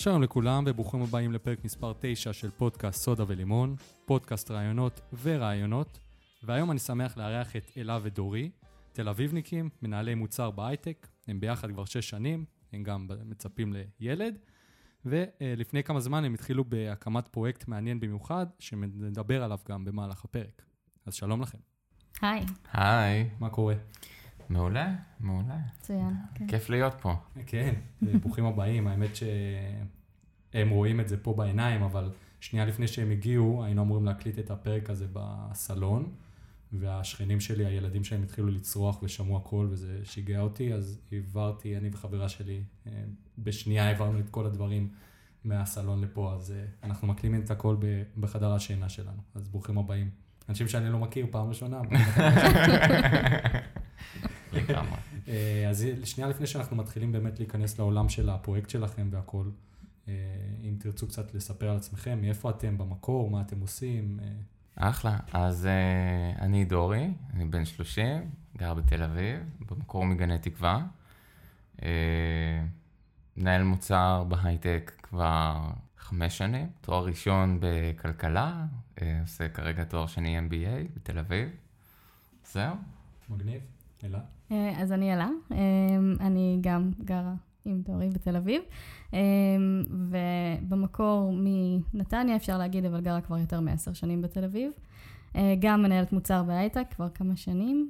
שלום לכולם וברוכים הבאים לפרק מספר 9 של פודקאסט סודה ולימון, פודקאסט רעיונות ורעיונות, והיום אני שמח לארח את אלה ודורי, תל אביבניקים, מנהלי מוצר בהייטק, הם ביחד כבר 6 שנים, הם גם מצפים לילד, ולפני כמה זמן הם התחילו בהקמת פרויקט מעניין במיוחד, שנדבר עליו גם במהלך הפרק. אז שלום לכם. היי. היי. מה קורה? מעולה, מעולה. מצוין. כיף להיות פה. כן, ברוכים הבאים. האמת שהם רואים את זה פה בעיניים, אבל שנייה לפני שהם הגיעו, היינו אמורים להקליט את הפרק הזה בסלון, והשכנים שלי, הילדים שהם התחילו לצרוח ושמעו הכל, וזה שיגע אותי, אז העברתי, אני וחברה שלי, בשנייה העברנו את כל הדברים מהסלון לפה, אז אנחנו מקלימים את הכל בחדר השינה שלנו. אז ברוכים הבאים. אנשים שאני לא מכיר פעם ראשונה. אז שנייה לפני שאנחנו מתחילים באמת להיכנס לעולם של הפרויקט שלכם והכל, אם תרצו קצת לספר על עצמכם, מאיפה אתם במקור, מה אתם עושים? אחלה. אז אני דורי, אני בן 30, גר בתל אביב, במקור מגני תקווה. מנהל מוצר בהייטק כבר 5 שנים, תואר ראשון בכלכלה, עושה כרגע תואר שני MBA בתל אביב. זהו. מגניב. אלה? אז אני אלה, אני גם גרה עם דורי בתל אביב, ובמקור מנתניה אפשר להגיד, אבל גרה כבר יותר מ10 שנים בתל אביב. גם מנהלת מוצר בהייטק כבר כמה שנים.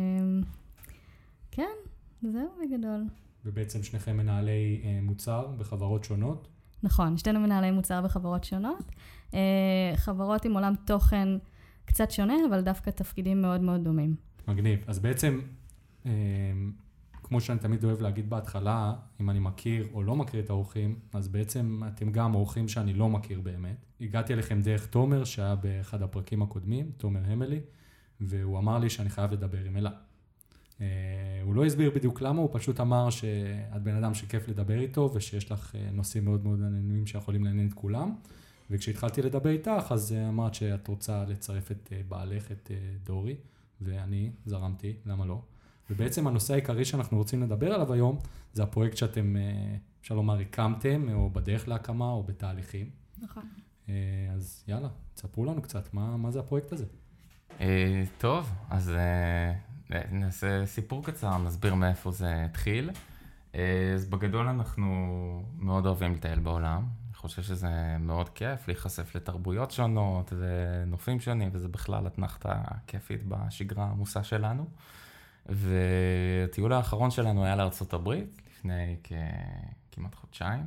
כן, זהו בגדול. ובעצם שניכם מנהלי מוצר בחברות שונות? נכון, שתינו מנהלי מוצר בחברות שונות. חברות עם עולם תוכן קצת שונה, אבל דווקא תפקידים מאוד מאוד דומים. מגניב. אז בעצם, כמו שאני תמיד אוהב להגיד בהתחלה, אם אני מכיר או לא מכיר את האורחים, אז בעצם אתם גם אורחים שאני לא מכיר באמת. הגעתי אליכם דרך תומר, שהיה באחד הפרקים הקודמים, תומר המלי, והוא אמר לי שאני חייב לדבר עם אלה. הוא לא הסביר בדיוק למה, הוא פשוט אמר שאת בן אדם שכיף לדבר איתו, ושיש לך נושאים מאוד מאוד עניינים שיכולים לעניין את כולם. וכשהתחלתי לדבר איתך, אז אמרת שאת רוצה לצרף את בעלך, את דורי, ואני זרמתי, למה לא? ובעצם הנושא העיקרי שאנחנו רוצים לדבר עליו היום, זה הפרויקט שאתם, אפשר לומר, הקמתם, או בדרך להקמה, או בתהליכים. נכון. אז יאללה, תספרו לנו קצת, מה זה הפרויקט הזה? טוב, אז נעשה סיפור קצר, נסביר מאיפה זה התחיל. אז בגדול אנחנו מאוד אוהבים לטייל בעולם. אני חושב שזה מאוד כיף, להיחשף לתרבויות שונות ונופים שונים, וזה בכלל התנחתה כיפית בשגרה העמוסה שלנו. והטיול האחרון שלנו היה לארצות הברית, לפני כמעט חודשיים.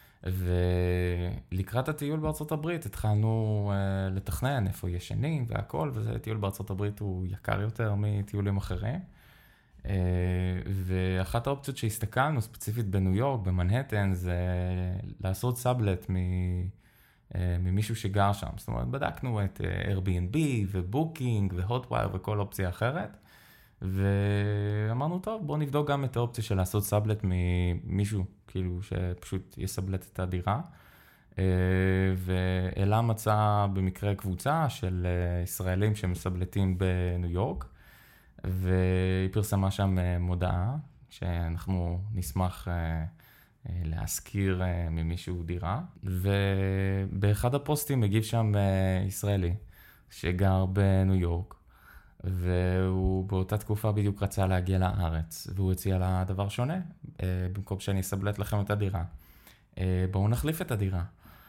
ולקראת הטיול בארצות הברית התחלנו לתכנן איפה ישנים והכל, וזה טיול בארצות הברית הוא יקר יותר מטיולים אחרים. ואחת האופציות שהסתכלנו ספציפית בניו יורק, במנהטן, זה לעשות סאבלט ממישהו שגר שם. זאת אומרת, בדקנו את Airbnb ובוקינג והוטווייר וכל אופציה אחרת. ואמרנו, טוב, בואו נבדוק גם את האופציה של לעשות סאבלט ממישהו, כאילו שפשוט יסבלט את הדירה. ואלה מצא במקרה קבוצה של ישראלים שמסבלטים בניו יורק, והיא פרסמה שם מודעה שאנחנו נשמח להזכיר ממישהו דירה. ובאחד הפוסטים הגיב שם ישראלי שגר בניו יורק, והוא באותה תקופה בדיוק רצה להגיע לארץ, והוא הציע לה דבר שונה, במקום שאני אסבלט לכם את הדירה. בואו נחליף את הדירה.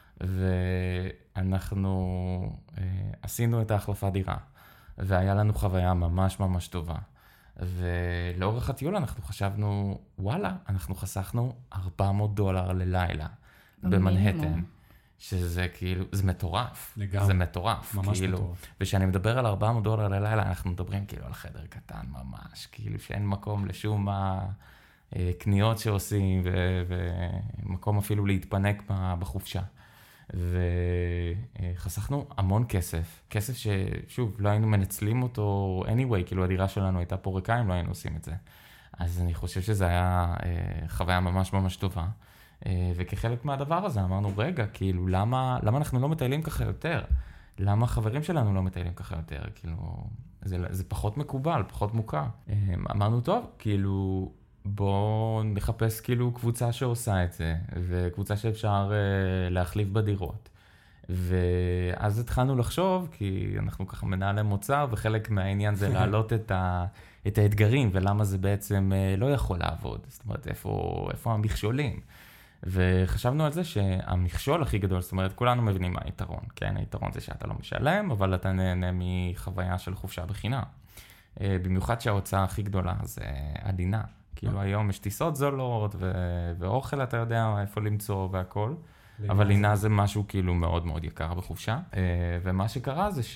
ואנחנו עשינו את ההחלפה דירה, והיה לנו חוויה ממש ממש טובה. ולאורך הטיול אנחנו חשבנו, וואלה, אנחנו חסכנו $400 ללילה במנהטן. שזה כאילו, זה מטורף. לגמרי. זה מטורף. ממש כאילו, מטורף. ושאני מדבר על $400 ללילה, אנחנו מדברים כאילו על חדר קטן ממש, כאילו שאין מקום לשום קניות שעושים, ומקום אפילו להתפנק בחופשה. וחסכנו המון כסף. כסף ששוב, לא היינו מנצלים אותו anyway, כאילו הדירה שלנו הייתה פה ריקה אם לא היינו עושים את זה. אז אני חושב שזה היה חוויה ממש ממש טובה. וכחלק מהדבר הזה אמרנו, רגע, כאילו, למה אנחנו לא מטיילים ככה יותר? למה החברים שלנו לא מטיילים ככה יותר? כאילו, זה פחות מקובל, פחות מוכר. אמרנו, טוב, כאילו, בואו נחפש כאילו קבוצה שעושה את זה, וקבוצה שאפשר להחליף בדירות. ואז התחלנו לחשוב, כי אנחנו ככה מנהלי מוצר, וחלק מהעניין זה להעלות את האתגרים, ולמה זה בעצם לא יכול לעבוד. זאת אומרת, איפה המכשולים? וחשבנו על זה שהמכשול הכי גדול, זאת אומרת, כולנו מבינים מה היתרון. כן, היתרון זה שאתה לא משלם, אבל אתה נהנה מחוויה של חופשה בחינם. במיוחד שההוצאה הכי גדולה זה הלינה. כאילו היום יש טיסות זולות, ואוכל אתה יודע איפה למצוא והכל. אבל לינה זה משהו כאילו מאוד מאוד יקר בחופשה. ומה שקרה זה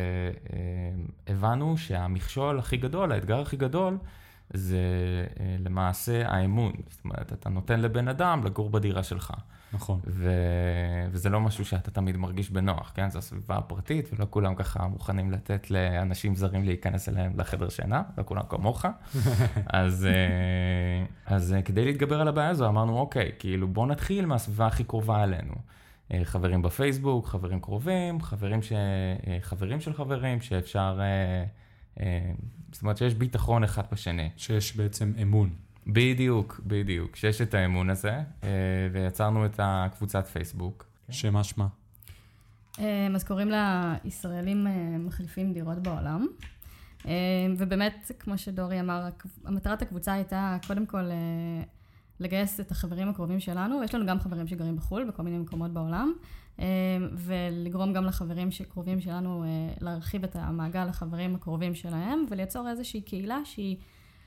שהבנו שהמכשול הכי גדול, האתגר הכי גדול, זה למעשה האמון. זאת אומרת, אתה נותן לבן אדם לגור בדירה שלך. נכון. וזה לא משהו שאתה תמיד מרגיש בנוח, כן? זו הסביבה הפרטית, ולא כולם ככה מוכנים לתת לאנשים זרים להיכנס אליהם לחדר שינה, לא כולם כמוך. אז כדי להתגבר על הבעיה הזו, אמרנו, אוקיי, כאילו בוא נתחיל מהסביבה הכי קרובה אלינו. חברים בפייסבוק, חברים קרובים, חברים של חברים, שאפשר, זאת אומרת שיש ביטחון אחד בשני. שיש בעצם אמון. בדיוק, בדיוק. שיש את האמון הזה, ויצרנו את הקבוצת פייסבוק. שמה שמה? אז קוראים לה ישראלים מחליפים דירות בעולם. ובאמת, כמו שדורי אמר, המטרת הקבוצה הייתה קודם כל לגייס את החברים הקרובים שלנו, ויש לנו גם חברים שגרים בחו"ל, בכל מיני מקומות בעולם, ולגרום גם לחברים שקרובים שלנו להרחיב את המעגל לחברים הקרובים שלהם, וליצור איזושהי קהילה שהיא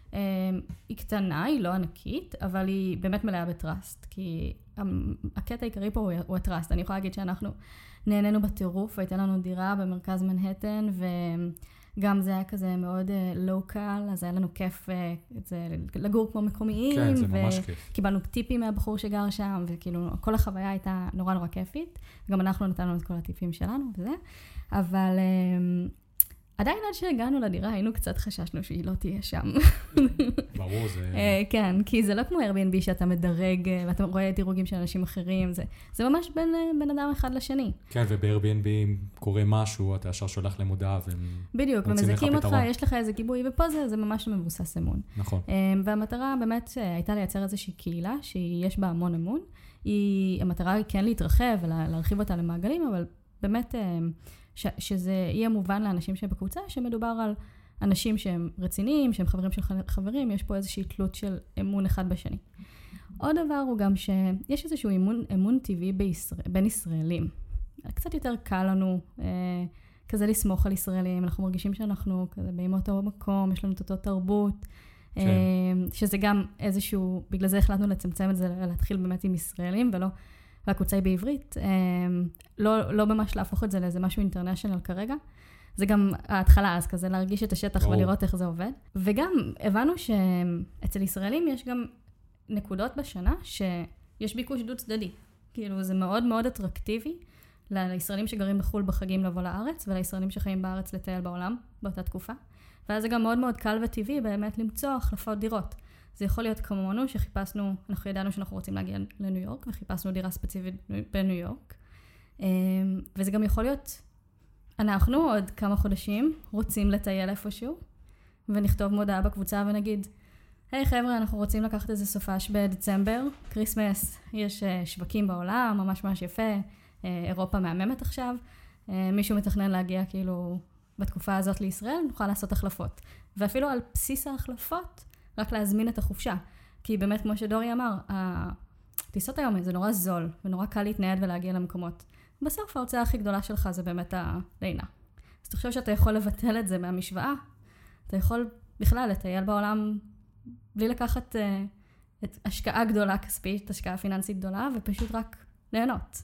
קטנה, היא לא ענקית, אבל היא באמת מלאה בטראסט, כי הקטע העיקרי פה הוא הטראסט. אני יכולה להגיד שאנחנו נהנינו בטירוף, והייתה לנו דירה במרכז מנהטן, וגם זה היה כזה מאוד לוקל, אז היה לנו כיף לגור כמו מקומיים, כן, זה ממש כיף. וקיבלנו טיפים מהבחור שגר שם, וכאילו כל החוויה הייתה נורא נורא כיפית, גם אנחנו נתנו את כל הטיפים שלנו וזה, אבל עדיין עד שהגענו לדירה, היינו קצת חששנו שהיא לא תהיה שם. ברור, זה... כן, כי זה לא כמו Airbnb שאתה מדרג, ואתה רואה דירוגים של אנשים אחרים, זה ממש בין אדם אחד לשני. כן, וב-Airbnb אם קורה משהו, אתה ישר שולח להם הודעה, והם בדיוק, ומזכים אותך, יש לך איזה גיבוי, ופה זה ממש מבוסס אמון. נכון. והמטרה באמת הייתה לייצר איזושהי קהילה, שיש בה המון אמון. המטרה היא כן להתרחב ולהרחיב אותה למעגלים, אבל באמת שזה יהיה מובן לאנשים שבקבוצה, שמדובר על אנשים שהם רציניים, שהם חברים של חברים, יש פה איזושהי תלות של אמון אחד בשני. עוד דבר הוא גם שיש איזשהו אמון טבעי בין ישראלים. קצת יותר קל לנו כזה לסמוך על ישראלים, אנחנו מרגישים שאנחנו כזה באים מאותו מקום, יש לנו את אותו תרבות, שזה גם איזשהו, בגלל זה החלטנו לצמצם את זה, להתחיל באמת עם ישראלים, והקבוצה היא בעברית, לא ממש להפוך את זה לאיזה משהו אינטרנשיונל כרגע. זה גם ההתחלה אז, כזה להרגיש את השטח ולראות איך זה עובד. וגם הבנו שאצל ישראלים יש גם נקודות בשנה שיש ביקוש דו צדדי. כאילו זה מאוד מאוד אטרקטיבי לישראלים שגרים בחו"ל בחגים לבוא לארץ, ולישראלים שחיים בארץ לטייל בעולם באותה תקופה. ואז זה גם מאוד מאוד קל וטבעי באמת למצוא החלפות דירות. זה יכול להיות כמונו שחיפשנו, אנחנו ידענו שאנחנו רוצים להגיע לניו יורק, וחיפשנו דירה ספציפית בניו יורק. וזה גם יכול להיות, אנחנו עוד כמה חודשים רוצים לטייל איפשהו, ונכתוב מודעה בקבוצה ונגיד, היי חבר'ה, אנחנו רוצים לקחת איזה סופש בדצמבר, קריסמס, יש שווקים בעולם, ממש ממש יפה, אירופה מהממת עכשיו, מישהו מתכנן להגיע כאילו בתקופה הזאת לישראל, נוכל לעשות החלפות. ואפילו על בסיס ההחלפות, רק להזמין את החופשה. כי באמת, כמו שדורי אמר, הטיסות היום זה נורא זול, ונורא קל להתנייד ולהגיע למקומות. בסוף ההוצאה הכי גדולה שלך זה באמת הלינה. אז תחשוב שאתה יכול לבטל את זה מהמשוואה, אתה יכול בכלל לטייל בעולם בלי לקחת את השקעה גדולה כספית, השקעה פיננסית גדולה, ופשוט רק ליהנות.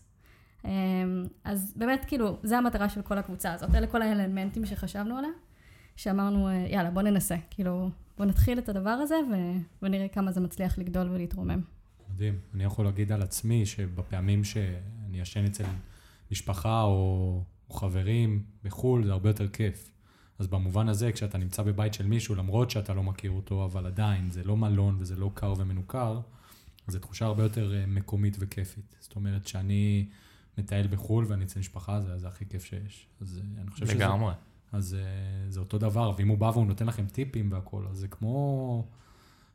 אז באמת, כאילו, זה המטרה של כל הקבוצה הזאת. אלה כל האלמנטים שחשבנו עליה, שאמרנו, יאללה, בוא ננסה. כאילו, בוא נתחיל את הדבר הזה, ונראה כמה זה מצליח לגדול ולהתרומם. מדהים. אני יכול להגיד על עצמי, שבפעמים שאני ישן אצל משפחה או חברים בחו"ל, זה הרבה יותר כיף. אז במובן הזה, כשאתה נמצא בבית של מישהו, למרות שאתה לא מכיר אותו, אבל עדיין, זה לא מלון וזה לא קר ומנוכר, אז זו תחושה הרבה יותר מקומית וכיפית. זאת אומרת, שאני מטייל בחו"ל ואני אצל משפחה, זה הכי כיף שיש. אז אני חושב שזה... לגמרי. אז זה אותו דבר, ואם הוא בא והוא נותן לכם טיפים והכל, אז זה כמו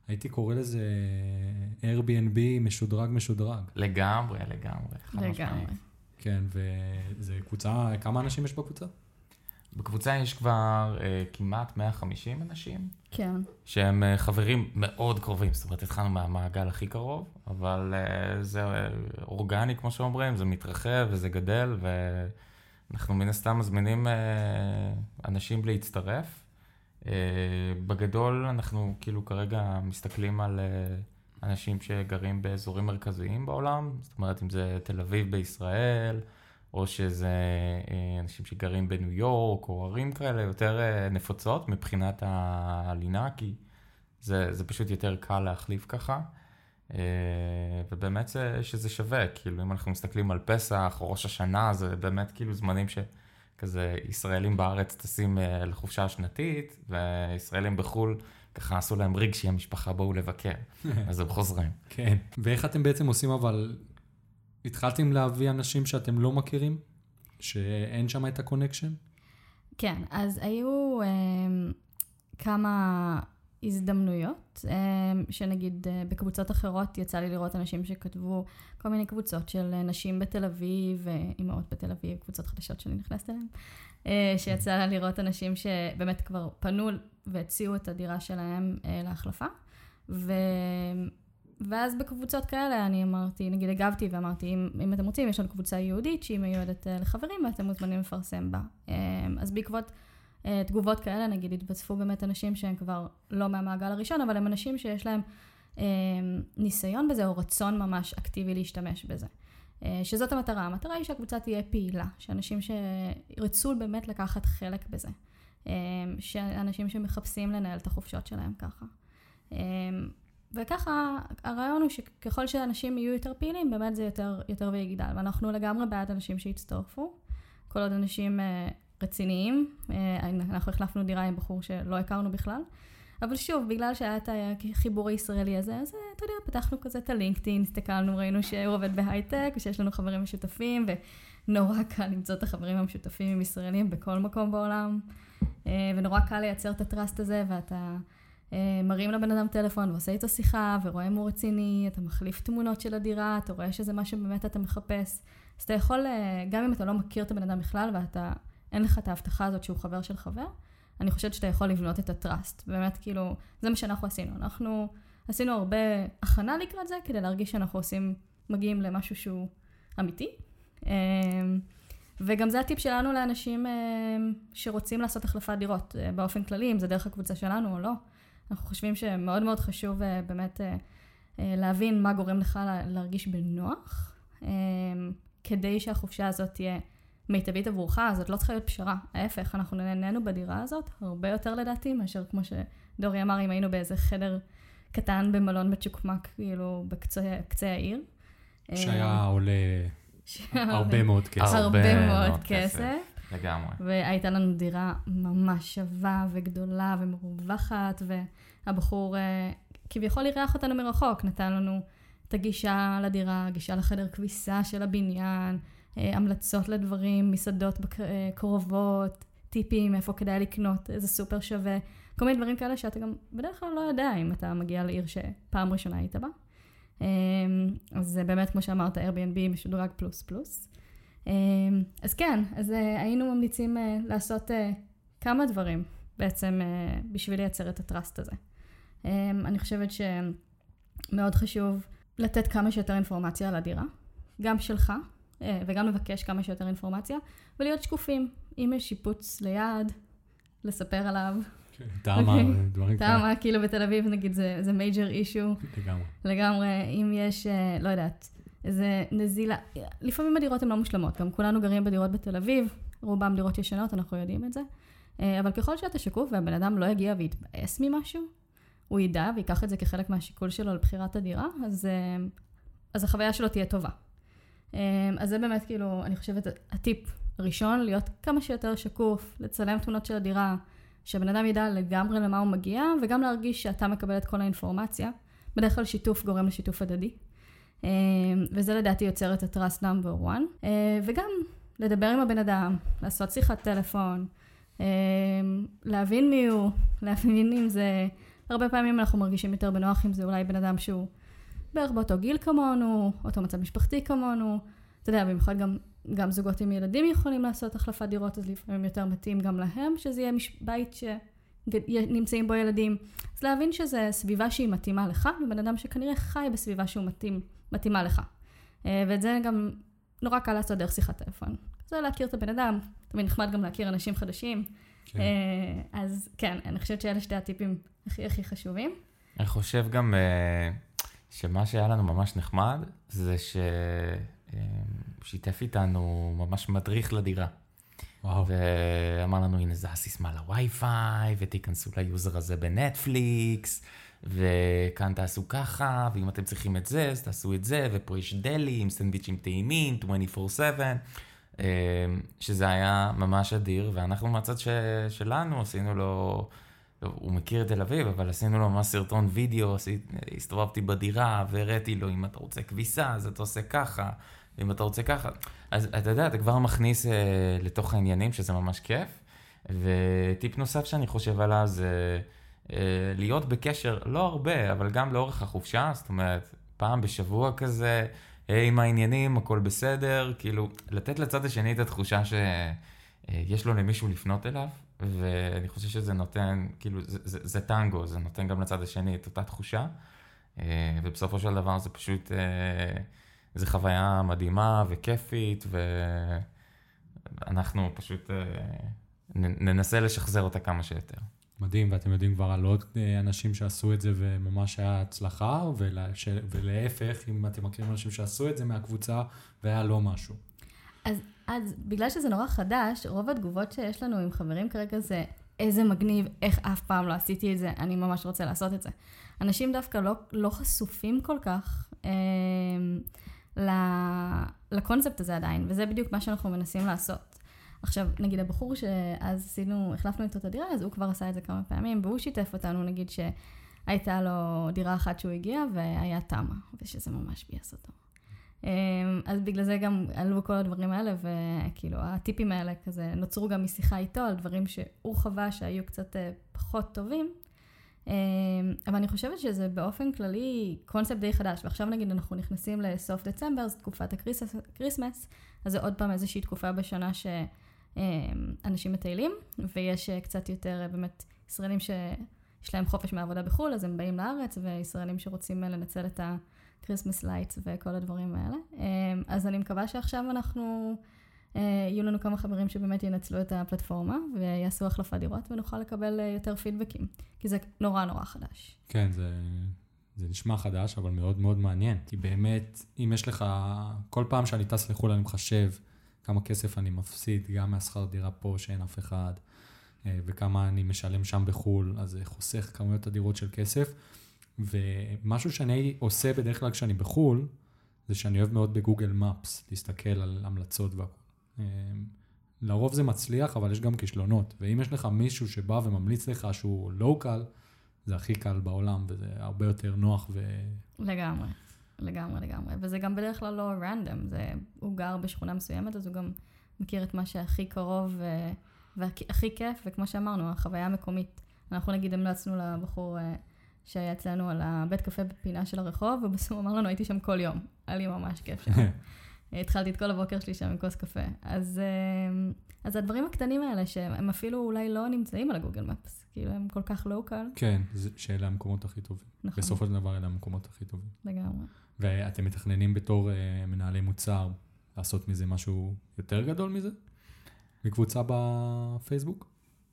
הייתי קורא לזה Airbnb משודרג. לגמרי. כן, וזה קבוצה, כמה אנשים יש בקבוצה? בקבוצה יש כבר כמעט 150 אנשים. כן. שהם חברים מאוד קרובים, זאת אומרת, התחלנו מהמעגל הכי קרוב, אבל זה אורגני, כמו שאומרים, זה מתרחב וזה גדל, ואנחנו מן הסתם מזמינים אנשים להצטרף. בגדול, אנחנו כאילו כרגע מסתכלים על אנשים שגרים באזורים מרכזיים בעולם, זאת אומרת, אם זה תל אביב בישראל, או שזה אנשים שגרים בניו יורק, או ערים כאלה יותר נפוצות מבחינת הלינה, כי זה פשוט יותר קל להחליף ככה. ובאמת שזה שווה, כאילו אם אנחנו מסתכלים על פסח או ראש השנה, זה באמת כאילו זמנים שכזה ישראלים בארץ טסים לחופשה השנתית, וישראלים בחול ככה עשו להם ריג שהמשפחה באו לבקר, אז הם חוזרים. כן, ואיך אתם בעצם עושים אבל... התחלתם להביא אנשים שאתם לא מכירים? שאין שם את הקונקשן? כן, אז היו כמה הזדמנויות, שנגיד בקבוצות אחרות יצא לי לראות אנשים שכתבו כל מיני קבוצות של נשים בתל אביב, אימהות בתל אביב, קבוצות חדשות שאני נכנסת אליהן, שיצא לה לראות אנשים שבאמת כבר פנו והציעו את הדירה שלהם להחלפה, ואז בקבוצות כאלה אני אמרתי, נגיד הגבתי ואמרתי, אם אתם רוצים, יש לנו קבוצה יהודית שהיא מיועדת לחברים ואתם מוזמנים לפרסם בה. אז בעקבות תגובות כאלה, נגיד, התבצפו באמת אנשים שהם כבר לא מהמעגל הראשון, אבל הם אנשים שיש להם ניסיון בזה או רצון ממש אקטיבי להשתמש בזה. שזאת המטרה. המטרה היא שהקבוצה תהיה פעילה, שאנשים שרצו באמת לקחת חלק בזה. שאנשים שמחפשים לנהל את החופשות שלהם ככה. וככה, הרעיון הוא שככל שאנשים יהיו יותר פעילים, באמת זה יותר ויגדל. ואנחנו לגמרי בעד אנשים שהצטרפו. כל עוד אנשים רציניים. אנחנו החלפנו דירה עם בחור שלא הכרנו בכלל. אבל שוב, בגלל שהיה את החיבור הישראלי הזה, אז אתה יודע, פתחנו כזה את הלינקדאין, הסתכלנו, ראינו שהוא עובד בהייטק, ושיש לנו חברים משותפים, ונורא קל למצוא את החברים המשותפים עם ישראלים בכל מקום בעולם. ונורא קל לייצר את הטראסט הזה, ואתה מרים לבן אדם טלפון ועושה איתו שיחה, ורואה אם הוא רציני, אתה מחליף תמונות של הדירה, אתה רואה שזה מה שבאמת אתה מחפש. אז אתה יכול, גם אם אתה לא מכיר את הבן אדם בכלל, ואין לך את ההבטחה הזאת שהוא חבר של חבר, אני חושבת שאתה יכול לבנות את הטראסט. באמת, כאילו, זה מה שאנחנו עשינו. אנחנו עשינו הרבה הכנה לקראת זה, כדי להרגיש שאנחנו מגיעים למשהו שהוא אמיתי. וגם זה הטיפ שלנו לאנשים שרוצים לעשות החלפת דירות באופן כללי, אם זה דרך הקבוצה שלנו או לא. אנחנו חושבים שמאוד מאוד חשוב באמת להבין מה גורם לך להרגיש בנוח, כדי שהחופשה הזאת תהיה מיטבית עבורך, אז זאת לא צריכה להיות פשרה. ההפך, אנחנו נהנינו בדירה הזאת הרבה יותר לדעתי, מאשר כמו שדורי אמר, אם היינו באיזה חדר קטן במלון בצ'וקמק, כאילו בקצה העיר. שהיה עולה הרבה מאוד כסף. הרבה מאוד כסף. לגמרי. והייתה לנו דירה ממש שווה וגדולה ומרווחת, והבחור כביכול אירח אותנו מרחוק, נתן לנו את הגישה לדירה, גישה לחדר כביסה של הבניין, המלצות לדברים, מסעדות קרובות, טיפים, איפה כדאי לקנות, איזה סופר שווה, כל מיני דברים כאלה שאתה גם בדרך כלל לא יודע אם אתה מגיע לעיר שפעם ראשונה היית בה. אז זה באמת, כמו שאמרת, Airbnb משודרג פלוס פלוס. אז כן, אז היינו ממליצים לעשות כמה דברים בעצם בשביל לייצר את הטראסט הזה. אני חושבת שמאוד חשוב לתת כמה שיותר אינפורמציה על הדירה, גם שלך, וגם לבקש כמה שיותר אינפורמציה, ולהיות שקופים. אם יש שיפוץ ליד, לספר עליו. טעמה, דברים כאלה. טעמה, כאילו בתל אביב נגיד זה major issue. לגמרי. לגמרי, אם יש, לא יודעת, איזה נזילה, לפעמים הדירות הן לא מושלמות, גם כולנו גרים בדירות בתל אביב, רובם דירות ישנות, אנחנו יודעים את זה, אבל ככל שאתה שקוף והבן אדם לא יגיע ויתבאס ממשהו, הוא ידע ויקח את זה כחלק מהשיקול שלו לבחירת הדירה, אז החוויה שלו תהיה טובה. אז זה באמת כאילו, אני חושבת, הטיפ הראשון, להיות כמה שיותר שקוף, לצלם תמונות של הדירה, שהבן אדם ידע לגמרי למה הוא מגיע, וגם להרגיש שאתה מקבל את כל האינפורמציה. בדרך כלל שיתוף גורם לשיתוף הדדי. וזה לדעתי יוצר את הטראסט נאמבר 1. וגם לדבר עם הבן אדם, לעשות שיחת טלפון, להבין מי הוא, להבין אם זה הרבה פעמים אנחנו מרגישים יותר בנוח אם זה אולי בן אדם שהוא בערך באותו גיל כמונו, אותו מצב משפחתי כמונו. אתה יודע, במיוחד גם זוגות עם ילדים יכולים לעשות החלפת דירות, אז לפעמים יותר מתאים גם להם, שזה יהיה בית שנמצאים בו ילדים. אז להבין שזה סביבה שהיא מתאימה לך, ובן אדם שכנראה חי בסביבה שהוא מתאימה לך. ואת זה גם נורא קל לעשות דרך שיחת טלפון. זה להכיר את הבן אדם, תמיד נחמד גם להכיר אנשים חדשים. כן. אז כן, אני חושבת שאלה שתי הטיפים הכי חשובים. אני חושב גם שמה שהיה לנו ממש נחמד, זה שיתף איתנו ממש מדריך לדירה. וואו. ואמר לנו, הנה זה הסיסמה לווי-פיי, ותיכנסו ליוזר הזה בנטפליקס, וכאן תעשו ככה, ואם אתם צריכים את זה, אז תעשו את זה, ופה יש דלי עם סנדוויצ'ים טעימים, 24/7, שזה היה ממש אדיר, ואנחנו מהצד שלנו עשינו לו, הוא מכיר את תל אביב, אבל עשינו לו ממש סרטון וידאו, הסתובבתי בדירה, והראיתי לו, אם אתה רוצה כביסה, אז אתה עושה ככה, ואם אתה רוצה ככה. אז אתה יודע, אתה כבר מכניס לתוך העניינים, שזה ממש כיף, וטיפ נוסף שאני חושב עליו זה להיות בקשר, לא הרבה, אבל גם לאורך החופשה, זאת אומרת, פעם בשבוע כזה, עם העניינים, הכל בסדר, כאילו, לתת לצד השני את התחושה שיש לו למישהו לפנות אליו, ואני חושב שזה נותן, כאילו, זה טנגו, זה נותן גם לצד השני את אותה תחושה, ובסופו של דבר זה פשוט, זה חוויה מדהימה וכיפית, ואנחנו פשוט ננסה לשחזר אותה כמה שיותר. מדהים, ואתם יודעים כבר על עוד אנשים שעשו את זה וממש היה הצלחה, ולהפך, אם אתם מכירים אנשים שעשו את זה מהקבוצה, והיה לא משהו. אז בגלל שזה נורא חדש, רוב התגובות שיש לנו עם חברים כרגע זה, איזה מגניב, איך אף פעם לא עשיתי את זה, אני ממש רוצה לעשות את זה. אנשים דווקא לא חשופים כל כך לקונספט הזה עדיין, וזה בדיוק מה שאנחנו מנסים לעשות. עכשיו, נגיד הבחור שאז החלפנו איתו את הדירה, אז הוא כבר עשה את זה כמה פעמים, והוא שיתף אותנו, נגיד שהייתה לו דירה אחת שהוא הגיע, והיה תמה, ושזה ממש ביאס אותו. אז בגלל זה גם עלו כל הדברים האלה, וכאילו הטיפים האלה כזה נוצרו גם משיחה איתו, על דברים שהוא חווה שהיו קצת פחות טובים, אבל אני חושבת שזה באופן כללי קונספט די חדש, ועכשיו נגיד אנחנו נכנסים לסוף דצמבר, זו תקופת הקריסמס, אז זה עוד פעם איזושהי תקופה בשנה שאנשים מטיילים, ויש קצת יותר באמת ישראלים שיש להם חופש מהעבודה בחו"ל, אז הם באים לארץ, וישראלים שרוצים לנצל את הקריסמס לייטס וכל הדברים האלה. אז אני מקווה שעכשיו יהיו לנו כמה חברים שבאמת ינצלו את הפלטפורמה, ויעשו החלפת דירות, ונוכל לקבל יותר פידבקים, כי זה נורא נורא חדש. כן, זה נשמע חדש, אבל מאוד מאוד מעניין. כי באמת, אם יש לך, כל פעם שאני טס לחו"ל, אני מחשב כמה כסף אני מפסיד, גם מהשכר דירה פה שאין אף אחד, וכמה אני משלם שם בחו"ל, אז זה חוסך כמויות אדירות של כסף. ומשהו שאני עושה בדרך כלל כשאני בחו"ל, זה שאני אוהב מאוד בגוגל מפס, להסתכל על המלצות והכל. לרוב זה מצליח, אבל יש גם כישלונות. ואם יש לך מישהו שבא וממליץ לך שהוא לוקל, זה הכי קל בעולם, וזה הרבה יותר נוח לגמרי, לגמרי, לגמרי. וזה גם בדרך כלל לא רנדום. הוא גר בשכונה מסוימת, אז הוא גם מכיר את מה שהכי קרוב והכי כיף, וכמו שאמרנו, החוויה המקומית. אנחנו נגיד המלצנו לבחור שהיה אצלנו על הבית קפה בפינה של הרחוב, ובסוף אמר לנו, הייתי שם כל יום. היה לי ממש כיף שם. התחלתי את כל הבוקר שלי שם עם כוס קפה. אז הדברים הקטנים האלה, שהם אפילו אולי לא נמצאים על הגוגל מפס, כאילו הם כל כך לוקל. כן, שאלה המקומות הכי טובים. נכון. בסופו של דבר אלה המקומות הכי טובים. לגמרי. ואתם מתכננים בתור מנהלי מוצר, לעשות מזה משהו יותר גדול מזה? בקבוצה בפייסבוק?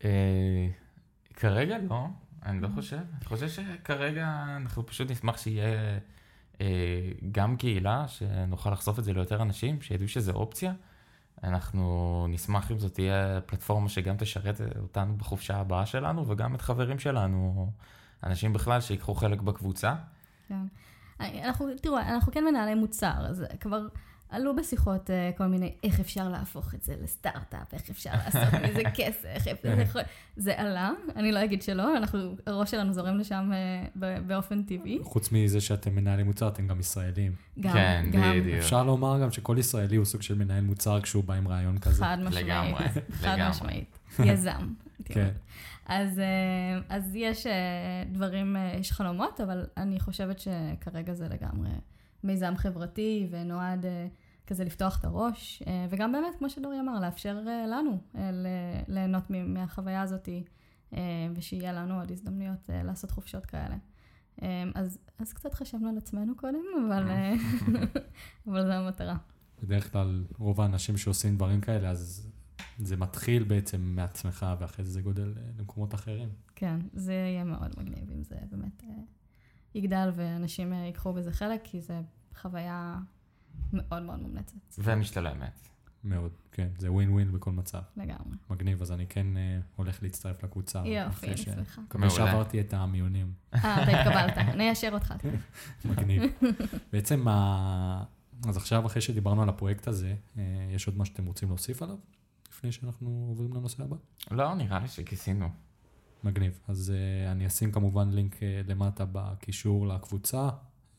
כרגע לא, אני לא חושב. אני חושב שכרגע אנחנו פשוט נשמח שיהיה גם קהילה, שנוכל לחשוף את זה ליותר אנשים, שידעו שזה אופציה. אנחנו נשמח אם זאת תהיה פלטפורמה שגם תשרת אותנו בחופשה הבאה שלנו, וגם את חברים שלנו, אנשים בכלל שיקחו חלק בקבוצה. כן. תראו, אנחנו כן מנהלי מוצר, אז כבר עלו בשיחות כל מיני, איך אפשר להפוך את זה לסטארט-אפ, איך אפשר לעשות מזה כסף, זה עלה, אני לא אגיד שלא, הראש שלנו זורם לשם באופן טבעי. חוץ מזה שאתם מנהלי מוצר, אתם גם ישראלים. כן, בדיוק. אפשר לומר גם שכל ישראלי הוא סוג של מנהל מוצר כשהוא בא עם רעיון כזה. חד משמעית, חד משמעית. יזם. כן. אז יש דברים, יש חלומות, אבל אני חושבת שכרגע זה לגמרי מיזם חברתי ונועד כזה לפתוח את הראש, וגם באמת, כמו שדורי אמר, לאפשר לנו ליהנות מהחוויה הזאת, ושיהיה לנו עוד הזדמנויות לעשות חופשות כאלה. אז קצת חשבנו על עצמנו קודם, אבל זו המטרה. בדרך כלל, רוב האנשים שעושים דברים כאלה, אז זה מתחיל בעצם מעצמך, ואחרי זה גודל למקומות אחרים. כן, זה יהיה מאוד מגניב, אם זה באמת יגדל, ואנשים ייקחו בזה חלק, כי זה חוויה מאוד מאוד מומלצת. ומשתלמת. מאוד, כן. זה ווין ווין בכל מצב. לגמרי. מגניב, אז אני כן הולך להצטרף לקבוצה. יופי, אני שמחה. מקווה שעברתי את המיונים. אתה התקבלת, אני אאשר אותך. מגניב. בעצם, אז עכשיו אחרי שדיברנו על הפרויקט הזה, יש עוד מה שאתם רוצים להוסיף עליו? לפני שאנחנו עוברים לנושא הבא? לא, נראה לי שכיסינו. מגניב. אז אני אשים כמובן לינק למטה בקישור לקבוצה,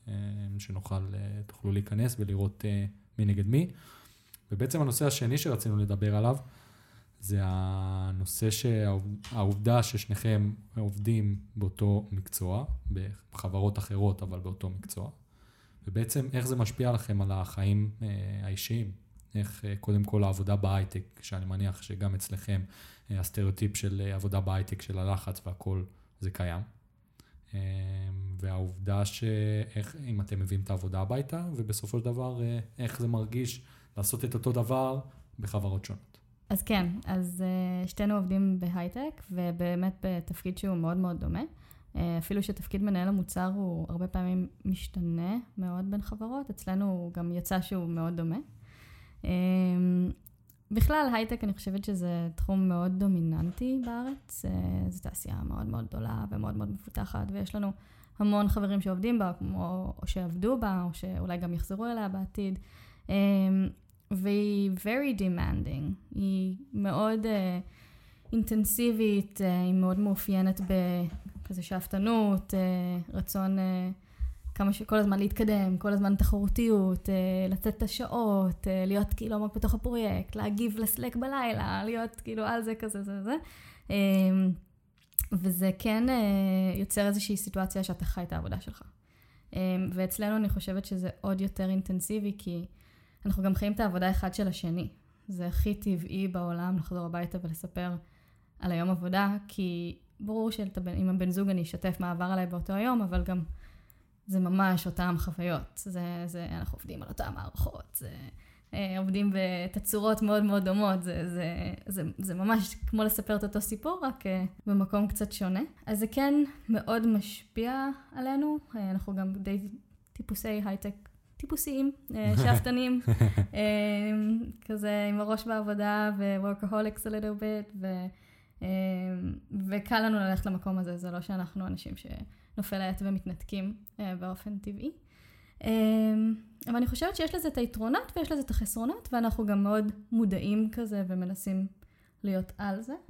תוכלו להיכנס ולראות מי נגד מי. ובעצם הנושא השני שרצינו לדבר עליו, זה הנושא שהעובדה ששניכם עובדים באותו מקצוע, בחברות אחרות אבל באותו מקצוע, ובעצם איך זה משפיע לכם על החיים האישיים, איך קודם כל העבודה בהייטק, שאני מניח שגם אצלכם הסטריאוטיפ של עבודה בהייטק, של הלחץ והכל, זה קיים. והעובדה שאיך, אם אתם מביאים את העבודה הביתה, ובסופו של דבר, איך זה מרגיש לעשות את אותו דבר בחברות שונות. אז כן, אז שתינו עובדים בהייטק, ובאמת בתפקיד שהוא מאוד מאוד דומה. אפילו שתפקיד מנהל המוצר הוא הרבה פעמים משתנה מאוד בין חברות, אצלנו הוא גם יצא שהוא מאוד דומה. בכלל, הייטק אני חושבת שזה תחום מאוד דומיננטי בארץ, זו תעשייה מאוד מאוד גדולה ומאוד מאוד מפותחת, ויש לנו המון חברים שעובדים בה, או שעבדו בה, או שאולי גם יחזרו אליה בעתיד, והיא very demanding, היא מאוד אינטנסיבית, היא מאוד מאופיינת בכזה שאפתנות, רצון כל הזמן להתקדם, כל הזמן תחרותיות, לתת את השעות, להיות כאילו עמוק בתוך הפרויקט, להגיב לסלק בלילה, להיות כאילו על זה כזה זה. וזה כן יוצר איזושהי סיטואציה שאתה חי את העבודה שלך. ואצלנו אני חושבת שזה עוד יותר אינטנסיבי, כי אנחנו גם חיים את העבודה אחד של השני. זה הכי טבעי בעולם לחזור הביתה ולספר על היום עבודה, כי ברור שאם הבן זוג אני אשתף מה עבר עליי באותו היום, אבל גם זה ממש אותם חוויות. אנחנו עובדים על אותם מערכות, עובדים בתצורות מאוד מאוד דומות, זה ממש כמו לספר את אותו סיפור, רק במקום קצת שונה. אז זה כן מאוד משפיע עלינו, אנחנו גם די טיפוסי הייטק, טיפוסיים, שאפתנים, כזה עם הראש בעבודה ו-workaholics a little bit, וקל לנו ללכת למקום הזה, זה לא שאנחנו אנשים שנופל העט ומתנתקים באופן טבעי. אבל אני חושבת שיש לזה את היתרונות ויש לזה את החסרונות, ואנחנו גם מאוד מודעים כזה ומנסים להיות על זה.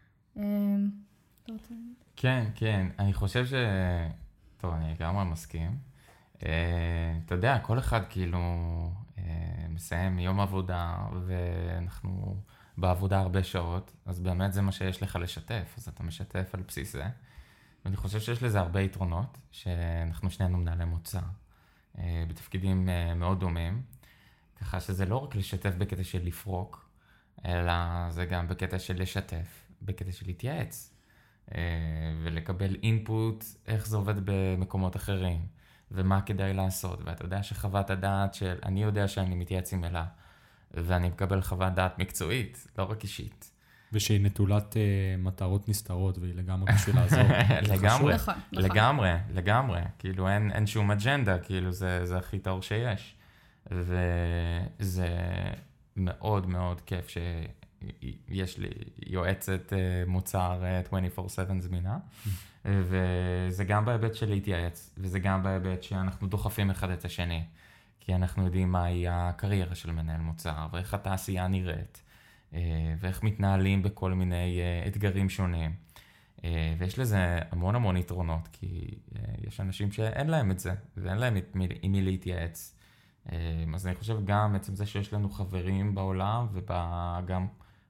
כן, כן, אני חושב טוב, אני גם מסכים. אתה יודע, כל אחד כאילו מסיים יום עבודה, ואנחנו בעבודה הרבה שעות, אז באמת זה מה שיש לך לשתף, אז אתה משתף על בסיס זה. ואני חושב שיש לזה הרבה יתרונות, שאנחנו שנינו מנהלי מוצר, בתפקידים מאוד דומים, ככה שזה לא רק לשתף בקטע של לפרוק, אלא זה גם בקטע של לשתף, בקטע של להתייעץ, ולקבל אינפוט, איך זה עובד במקומות אחרים, ומה כדאי לעשות. ואתה יודע שחוות הדעת של, אני יודע שאני מתייעץ עם אלה, ואני מקבל חוות דעת מקצועית, לא רק אישית. ושהיא נטולת מטרות נסתרות, והיא לגמרי בשביל לעזור. לגמרי, לגמרי, לגמרי. כאילו אין שום אג'נדה, כאילו זה הכי טוב שיש. וזה מאוד מאוד כיף שיש לי יועצת מוצר 24/7 זמינה. וזה גם בהיבט של להתייעץ, וזה גם בהיבט שאנחנו דוחפים אחד את השני. כי אנחנו יודעים מהי הקריירה של מנהל מוצר, ואיך התעשייה נראית. ואיך מתנהלים בכל מיני אתגרים שונים. ויש לזה המון המון יתרונות, כי יש אנשים שאין להם את זה, ואין להם עם מי להתייעץ. אז אני חושב גם עצם זה שיש לנו חברים בעולם, וגם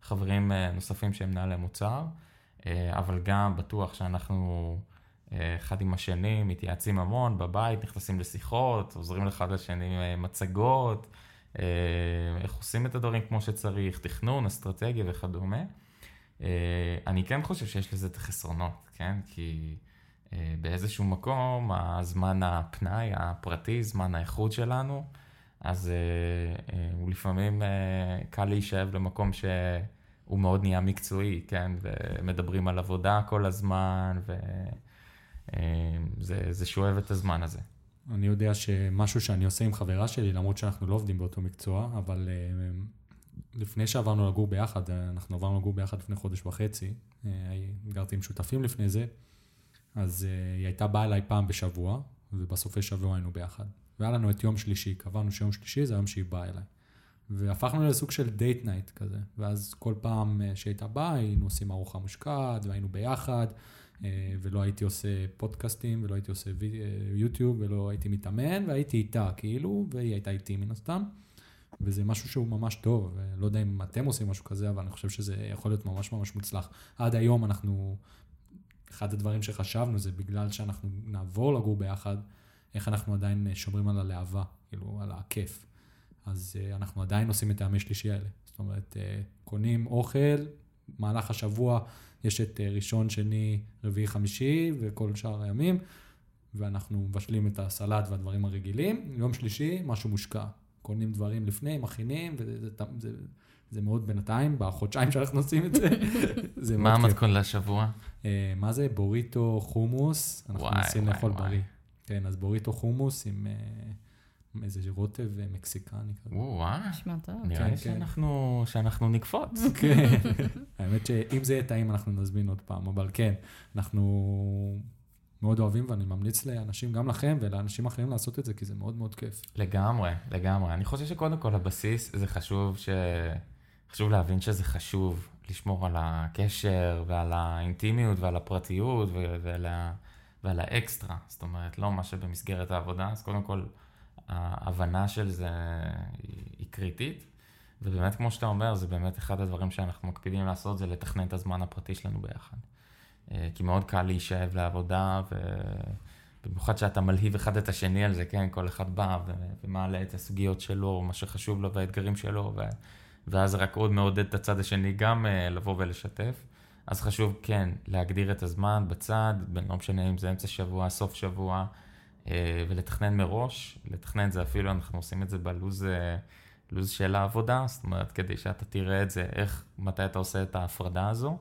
חברים נוספים שהם מנהלי מוצר, אבל גם בטוח שאנחנו אחד עם השני מתייעצים המון בבית, נכנסים לשיחות, עוזרים אחד לשני מצגות, איך עושים את הדברים כמו שצריך, תכנון, אסטרטגיה וכדומה. אני כן חושב שיש לזה את החסרונות, כן? כי באיזשהו מקום, הזמן הפנאי, הפרטי, זמן האיכות שלנו, אז הוא לפעמים קל להישאב למקום שהוא מאוד נהיה מקצועי, כן? ומדברים על עבודה כל הזמן, וזה שואב את הזמן הזה. אני יודע שמשהו שאני עושה עם חברה שלי, למרות שאנחנו לא עובדים באותו מקצוע, אבל לפני שעברנו לגור ביחד, אנחנו עברנו לגור ביחד לפני חודש וחצי, גרתי עם שותפים לפני זה, אז היא הייתה באה אליי פעם בשבוע, ובסופי שבוע היינו ביחד. והיה לנו את יום שלישי, קבענו שיום שלישי, זה היום שהיא באה אליי. והפכנו לסוג של דייט נייט כזה, ואז כל פעם שהייתה באה, היינו עושים ארוחה מושקעת, והיינו ביחד, ולא הייתי עושה פודקאסטים, ולא הייתי עושה יוטיוב, ולא הייתי מתאמן, והייתי איתה כאילו, והיא הייתה איתי מן הסתם. וזה משהו שהוא ממש טוב, ולא יודע אם אתם עושים משהו כזה, אבל אני חושב שזה יכול להיות ממש ממש מוצלח. עד היום אחד הדברים שחשבנו זה בגלל שאנחנו נעבור לגור ביחד, איך אנחנו עדיין שומרים על הלהבה, כאילו על הכיף. אז אנחנו עדיין עושים את הימי שלישי האלה. זאת אומרת, קונים אוכל, מהלך השבוע יש את ראשון, שני, רביעי, חמישי, וכל שאר הימים, ואנחנו מבשלים את הסלט והדברים הרגילים. יום שלישי, משהו מושקע. קונים דברים לפני, מכינים, וזה מאוד בינתיים, בחודשיים שאנחנו עושים את זה. מה המתכון לשבוע? מה זה? בוריטו חומוס. אנחנו מנסים לאכול בריא. כן, אז בוריטו חומוס עם איזה רוטב מקסיקני. נשמע טוב. נראה לי שאנחנו נקפוץ. כן, האמת שאם זה יהיה טעים אנחנו נזמין עוד פעם, אבל כן, אנחנו מאוד אוהבים ואני ממליץ לאנשים, גם לכם ולאנשים אחרים לעשות את זה, כי זה מאוד מאוד כיף. לגמרי, לגמרי. אני חושב שקודם כל הבסיס זה חשוב להבין שזה חשוב לשמור על הקשר ועל האינטימיות ועל הפרטיות ועל האקסטרה. זאת אומרת, לא מה שבמסגרת העבודה, אז קודם כל ההבנה של זה היא קריטית, ובאמת כמו שאתה אומר, זה באמת אחד הדברים שאנחנו מקפידים לעשות, זה לתכנן את הזמן הפרטי שלנו ביחד. כי מאוד קל להישאב לעבודה, ובמיוחד שאתה מלהיב אחד את השני על זה, כן? כל אחד בא ומעלה את הסוגיות שלו, מה שחשוב לו והאתגרים שלו, ואז רק עוד מעודד את הצד השני גם לבוא ולשתף. אז חשוב, כן, להגדיר את הזמן בצד, לא משנה אם זה אמצע שבוע, סוף שבוע, ולתכנן מראש. לתכנן זה אפילו, אנחנו עושים את זה בלוז של העבודה, זאת אומרת, כדי שאתה תראה את זה, מתי אתה עושה את ההפרדה הזו.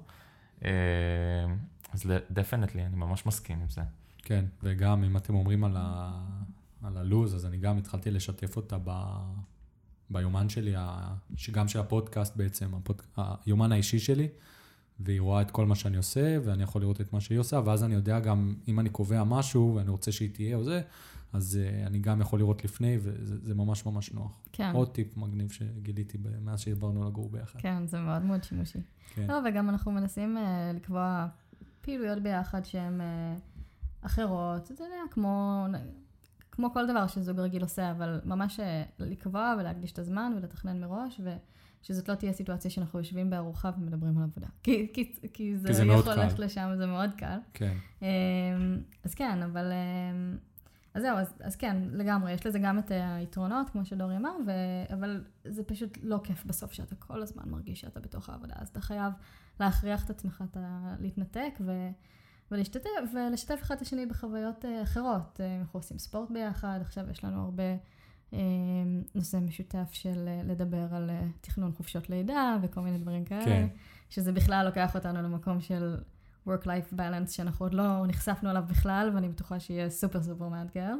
אז definitely, אני ממש מסכים עם זה. כן, וגם אם אתם אומרים על הלוז, אז אני גם התחלתי לשתף אותה ביומן שלי, גם של הפודקאסט בעצם, היומן האישי שלי, והיא רואה את כל מה שאני עושה, ואני יכול לראות את מה שהיא עושה, ואז אני יודע גם, אם אני קובע משהו, ואני רוצה שהיא תהיה או זה, אז אני גם יכול לראות לפני, וזה ממש ממש נוח. כן. עוד טיפ מגניב שגיליתי מאז שעברנו לגור ביחד. כן, זה מאוד מאוד שימושי. כן. לא, וגם אנחנו מנסים לקבוע פעילויות ביחד שהן אחרות, אתה יודע, כמו כל דבר שזוג רגיל עושה, אבל ממש לקבוע ולהקדיש את הזמן ולתכנן מראש, שזאת לא תהיה סיטואציה שאנחנו יושבים בארוחה ומדברים על עבודה. כי זה יכול ללכת לשם, זה מאוד קל. כן. אז כן, אבל אז זהו, אז כן, לגמרי, יש לזה גם את היתרונות, כמו שדורי אמר, אבל זה פשוט לא כיף בסוף שאתה כל הזמן מרגיש שאתה בתוך העבודה, אז אתה חייב להכריח את עצמך, להתנתק ולשתף אחד את השני בחוויות אחרות. אנחנו עושים ספורט ביחד, עכשיו יש לנו הרבה נושא משותף של לדבר על תכנון חופשות לידה וכל מיני דברים כאלה, כן. שזה בכלל לוקח אותנו למקום של work-life balance, שאנחנו עוד לא נחשפנו עליו בכלל, ואני בטוחה שיהיה סופר סופר מאתגר.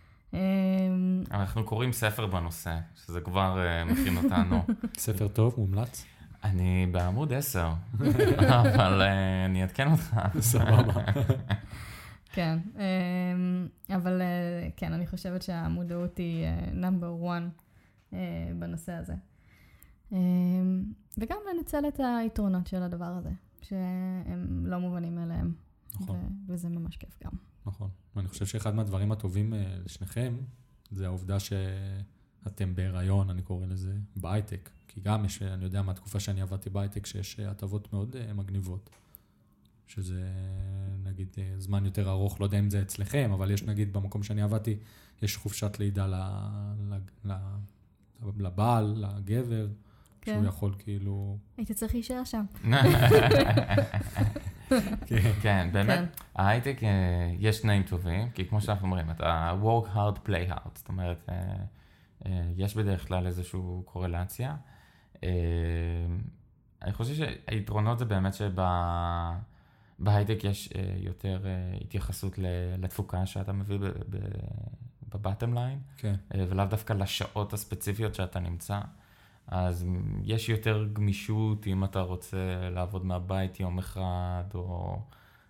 אנחנו קוראים ספר בנושא, שזה כבר מכין אותנו. ספר טוב, מומלץ? אני בעמוד 10, אבל אני אעדכן אותך. סבבה. כן, אבל כן, אני חושבת שהמודעות היא number one בנושא הזה. וגם לנצל את היתרונות של הדבר הזה. שהם לא מובנים אליהם. נכון. וזה ממש כיף גם. נכון. ואני חושב שאחד מהדברים הטובים לשניכם, זה העובדה אתם בהיריון, אני קורא לזה, בהייטק. כי גם יש, אני יודע מהתקופה שאני עבדתי בהייטק, שיש הטבות מאוד מגניבות. שזה נגיד זמן יותר ארוך, לא יודע אם זה אצלכם, אבל יש נגיד במקום שאני עבדתי, יש חופשת לידה לבעל, לגבר, שהוא יכול כאילו... היית צריך להישאר שם. כן, באמת, ההייטק יש תנאים טובים, כי כמו שאנחנו אומרים, אתה work hard, play hard, זאת אומרת, יש בדרך כלל איזושהי קורלציה. אני חושב שהיתרונות זה באמת בהייטק יש יותר התייחסות לתפוקה שאתה מביא בבטם ליין, ולאו דווקא לשעות הספציפיות שאתה נמצא. אז יש יותר גמישות אם אתה רוצה לעבוד מהבית יום אחד, או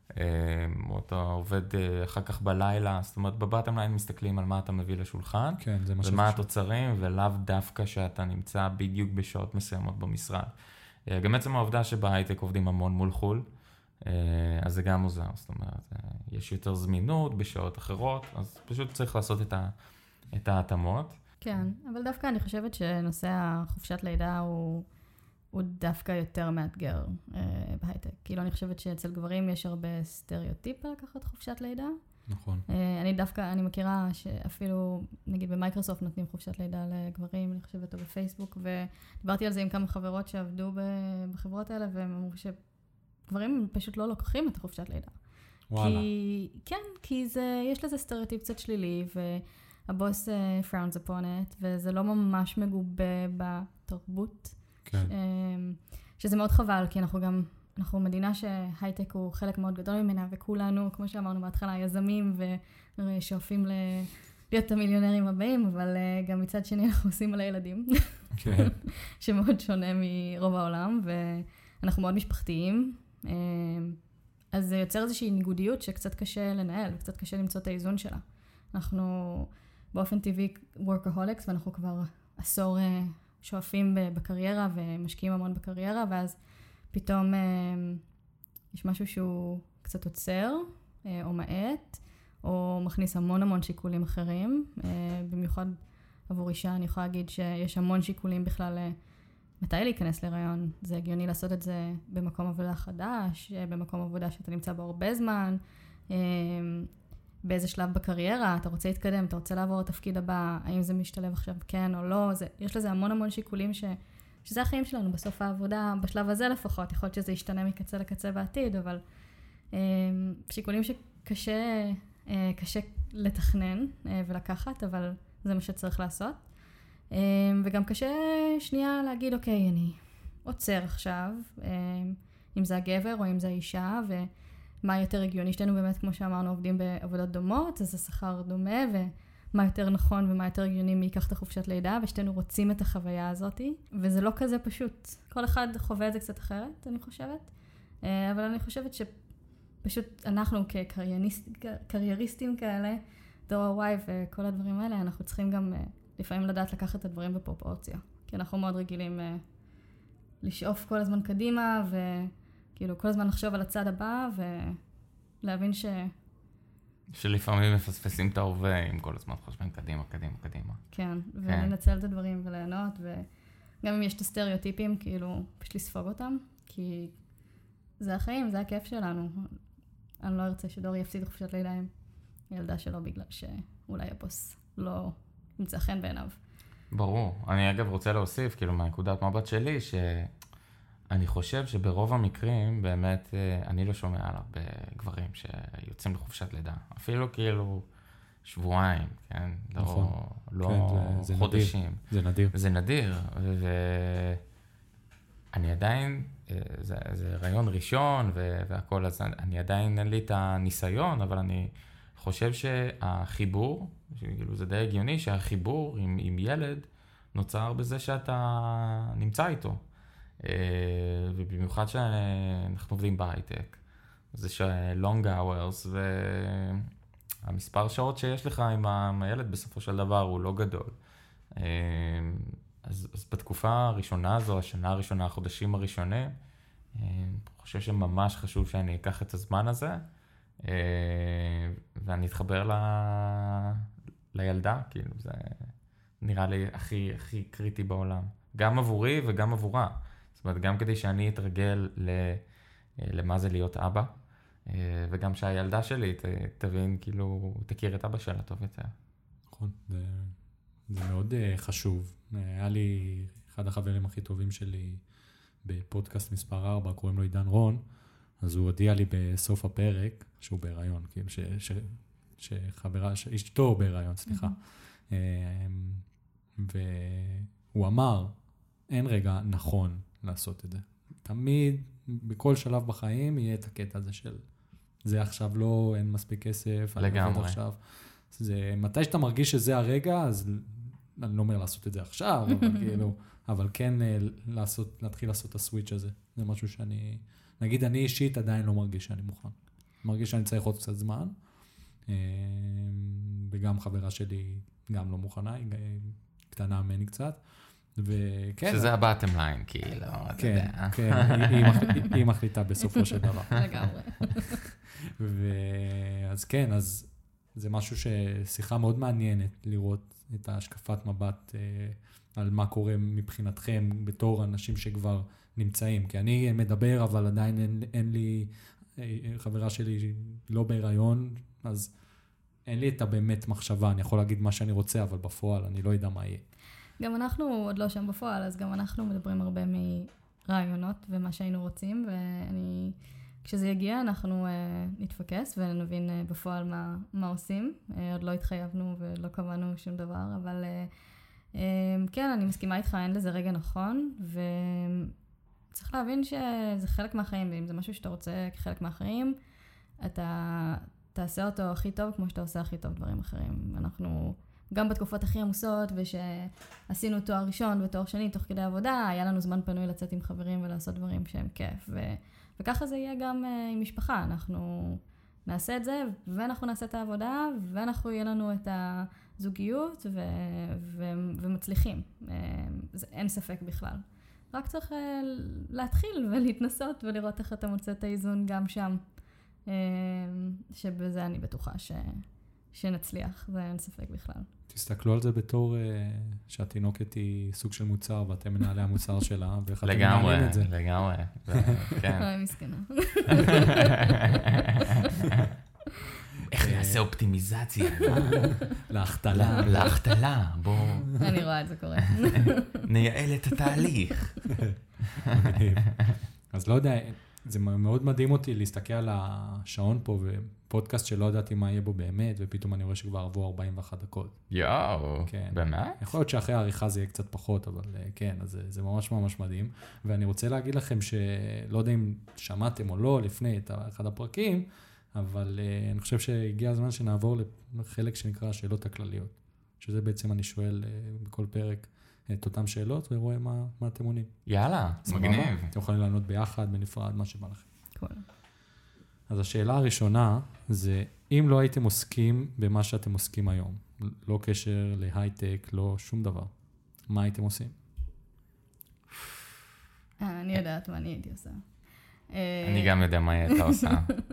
אתה עובד אחר כך בלילה. זאת אומרת, בבטם ליין מסתכלים על מה אתה מביא לשולחן, ומה התוצרים, ולאו דווקא שאתה נמצא בדיוק בשעות מסוימות במשרד. גם עצם העובדה שבהייטק עובדים המון מול חול, אז זה גם מוזר, זאת אומרת, יש יותר זמינות בשעות אחרות, אז פשוט צריך לעשות את ההתאמות. כן, אבל דווקא אני חושבת שנושא החופשת לידה הוא דווקא יותר מאתגר בהייטק. כאילו אני חושבת שאצל גברים יש הרבה סטריאוטיפ על לקחת חופשת לידה. נכון. אני מכירה שאפילו, נגיד במייקרוסופט נותנים חופשת לידה לגברים, אני חושבת, או בפייסבוק, ודיברתי על זה עם כמה חברות שעבדו בחברות האלה, והם אמרו שגברים פשוט לא לוקחים את החופשת לידה. וואלה. כן, כי יש לזה סטריאוטיפ קצת שלילי, והבוס frowns upon it, וזה לא ממש מגובה בתרבות. כן. שזה מאוד חבל, כי אנחנו מדינה שהייטק הוא חלק מאוד גדול ממנה, וכולנו, כמו שאמרנו בהתחלה, יזמים ושואפים להיות המיליונרים הבאים, אבל גם מצד שני אנחנו עושים על הילדים, כן. שמאוד שונה מרוב העולם, ואנחנו מאוד משפחתיים. אז זה יוצר איזושהי ניגודיות שקצת קשה לנהל, וקצת קשה למצוא את האיזון שלה. אנחנו באופן טבעי workaholics, ואנחנו כבר עשור שואפים בקריירה ומשקיעים המון בקריירה, ואז פתאום יש משהו שהוא קצת עוצר, או מעט, או מכניס המון שיקולים אחרים. במיוחד עבור אישה, אני יכולה להגיד שיש המון שיקולים בכלל מתי להיכנס להיריון. זה הגיוני לעשות את זה במקום עבודה חדש, במקום עבודה שאתה נמצא בו הרבה זמן, באיזה שלב בקריירה, אתה רוצה להתקדם, אתה רוצה לעבור לתפקיד הבא, האם זה משתלב עכשיו כן או לא. יש לזה המון שיקולים שזה החיים שלנו בסוף העבודה, בשלב הזה לפחות. יכול להיות שזה ישתנה מקצה לקצה בעתיד, אבל שיקולים שקשה לתכנן ולקחת, אבל זה מה שצריך לעשות. וגם קשה שנייה להגיד, אוקיי, אני עוצר עכשיו, אם זה הגבר או אם זה האישה, ומה יותר הגיוני. שתינו באמת, כמו שאמרנו, עובדים בעבודות דומות, אז השכר דומה, ומה יותר נכון ומה יותר הגיוני מי ייקח את החופשת לידה, ושתינו רוצים את החוויה הזאת, וזה לא כזה פשוט. כל אחד חווה את זה קצת אחרת, אני חושבת. אבל אני חושבת שפשוט אנחנו כקרייריסטים כאלה, דור ה-Y וכל הדברים האלה, אנחנו צריכים גם לפעמים לדעת לקחת את הדברים בפרופורציה. כי אנחנו מאוד רגילים לשאוף כל הזמן קדימה, וכאילו כל הזמן לחשוב על הצד הבא, ולהבין שלפעמים מפספסים את ההווה, אם כל הזמן חושבים קדימה. כן, ולנצל את הדברים וליהנות, וגם אם יש את הסטריאוטיפים, כאילו פשוט לספוג אותם, כי זה החיים, זה הכיף שלנו. אני לא ארצה שדור יפסיד חופשת לידה עם ילדה שלו, בגלל שאולי הבוס לא נמצא חן בעיניו. ברור. אני אגב רוצה להוסיף, כאילו מהנקודת מבט שלי, שאני חושב שברוב המקרים, באמת, אני לא שומע על הרבה גברים שיוצאים לחופשת לידה. אפילו כאילו שבועיים, כן? נכון. לא זה חודשים. זה נדיר. זה נדיר. ואני עדיין, זה רעיון ראשון והכל, אז אני עדיין אין לי את הניסיון, אבל אני חושב שהחיבור, כאילו זה די הגיוני שהחיבור עם ילד נוצר בזה שאתה נמצא איתו. ובמיוחד שאנחנו עובדים בהייטק, זה ש-long hours, והמספר שעות שיש לך עם הילד בסופו של דבר הוא לא גדול. אז בתקופה הראשונה הזו, השנה הראשונה, החודשים הראשונים, אני חושב שממש חשוב שאני אקח את הזמן הזה, ואני אתחבר לילדה, כאילו נראה לי הכי קריטי בעולם. גם עבורי וגם עבורה. זאת אומרת, גם כדי שאני אתרגל למה זה להיות אבא, וגם שהילדה שלי תבין, כאילו, תכיר את אבא שלה טוב יותר. נכון, זה מאוד חשוב. היה לי אחד החברים הכי טובים שלי בפודקאסט מספר 4, קוראים לו עידן רון, אז הוא הודיע לי בסוף הפרק שהוא בהיריון, כאילו שחברה, אשתו בהיריון, סליחה. והוא אמר, אין רגע נכון לעשות את זה. תמיד, בכל שלב בחיים, יהיה את הקטע הזה של, זה עכשיו לא, אין מספיק כסף, לגמרי. עכשיו. זה, מתי שאתה מרגיש שזה הרגע, אז אני לא אומר לעשות את זה עכשיו, אבל כאילו, אבל כן להתחיל לעשות את הסוויץ' הזה. זה משהו שאני, נגיד, אני אישית עדיין לא מרגיש שאני מוכן. מרגיש שאני צריך עוד קצת זמן, וגם חברה שלי גם לא מוכנה, היא קטנה ממני קצת, וכן. שזה הבטם ליין, כאילו, אתה יודע. כן, היא מחליטה בסופו של דבר. לגמרי. אז כן, אז זה משהו ששיחה מאוד מעניינת לראות את ההשקפת מבט על מה קורה מבחינתכם בתור אנשים שכבר נמצאים. כי אני מדבר, אבל עדיין אין לי, חברה שלי לא בהיריון, אז אין לי את הבאמת מחשבה. אני יכול להגיד מה שאני רוצה, אבל בפועל אני לא יודע מה יהיה. גם אנחנו עוד לא שם בפועל, אז גם אנחנו מדברים הרבה מרעיונות ומה שהיינו רוצים, כשזה יגיע אנחנו נתפקס ונבין בפועל מה עושים. עוד לא התחייבנו ולא קבענו שום דבר, אבל כן, אני מסכימה איתך, אין לזה רגע נכון, וצריך להבין שזה חלק מהחיים, ואם זה משהו שאתה רוצה כחלק מהחיים, אתה תעשה אותו הכי טוב כמו שאתה עושה הכי טוב דברים אחרים. אנחנו גם בתקופות הכי עמוסות, ושעשינו תואר ראשון ותואר שני תוך כדי עבודה, היה לנו זמן פנוי לצאת עם חברים ולעשות דברים שהם כיף, וככה זה יהיה גם עם משפחה. אנחנו נעשה את זה, ואנחנו נעשה את העבודה, ואנחנו יהיה לנו את הזוגיות, ומצליחים. אין ספק בכלל. רק צריך להתחיל ולהתנסות, ולראות איך אתה מוצא את האיזון גם שם. שבזה אני בטוחה שנצליח, זה אין ספק בכלל. תסתכלו על זה בתור שהתינוקת היא סוג של מוצר, ואתם מנהלי המוצר שלה, ואיך אתם מנהלים את זה. לגמרי, כן. אוי, מסכנה. איך נעשה אופטימיזציה? להחתלה. בוא. אני רואה את זה קורה. נייעל את התהליך. אז לא יודע, זה מאוד מדהים אותי להסתכל על השעון פה, ופודקאסט שלא ידעתי מה יהיה בו באמת, ופתאום אני רואה שכבר עברו 41 דקות. יואו, באמת? יכול להיות שאחרי העריכה זה יהיה קצת פחות, אבל כן, אז זה ממש ממש מדהים. ואני רוצה להגיד לכם שלא יודע אם שמעתם או לא לפני את אחד הפרקים, אבל אני חושב שהגיע הזמן שנעבור לחלק שנקרא השאלות הכלליות, שזה בעצם אני שואל בכל פרק את אותם שאלות, ורואה מה אתם עונים. יאללה, מגניב. אתם יכולים לענות ביחד, בנפרד, מה שבא לכם. cool. אז השאלה הראשונה זה, אם לא הייתם עוסקים במה שאתם עוסקים היום, לא קשר להייטק, לא שום דבר, מה הייתם עושים? אני יודעת מה אני הייתי עושה. אני גם יודע מה הייתה עושה.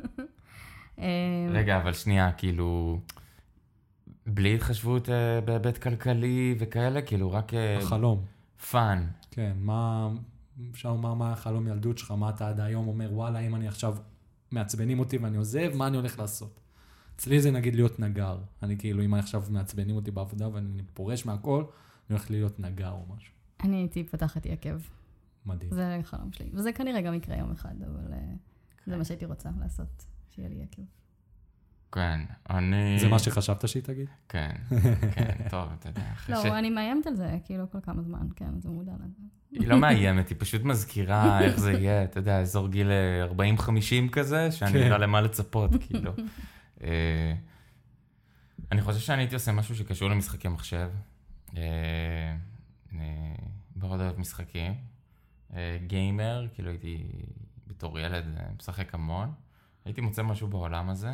רגע, אבל שנייה, כאילו, בלי התחשבות בהיבט כלכלי וכאלה, כאילו רק החלום. פאן. כן, אפשר לומר מה החלום ילדות שלך, מה אתה עד היום אומר, וואלה, אם אני עכשיו מעצבנים אותי ואני עוזב, מה אני הולך לעשות? אצלי זה נגיד להיות נגר. אני כאילו, אם עכשיו מעצבנים אותי בעבודה ואני פורש מהכל, אני הולך להיות נגר או משהו. אני הייתי פתחת יקב. מדהים. זה החלום שלי. וזה כנראה גם יקרה יום אחד, אבל זה מה שהייתי רוצה לעשות, שיהיה לי יקב. כן, אני... זה מה שחשבת שהיא תגיד? כן, כן, טוב, אתה יודע. לא, אני מאיימת על זה, כאילו כל כמה זמן, כן, זה מודע לזה. היא לא מאיימת, היא פשוט מזכירה איך זה יהיה, אתה יודע, אזור גיל 40-50 כזה, שאני יודע למה לצפות, כאילו. אני חושב שאני הייתי עושה משהו שקשור למשחקי מחשב. אני מאוד אוהב משחקים. גיימר, כאילו הייתי בתור ילד משחק המון. הייתי מוצא משהו בעולם הזה.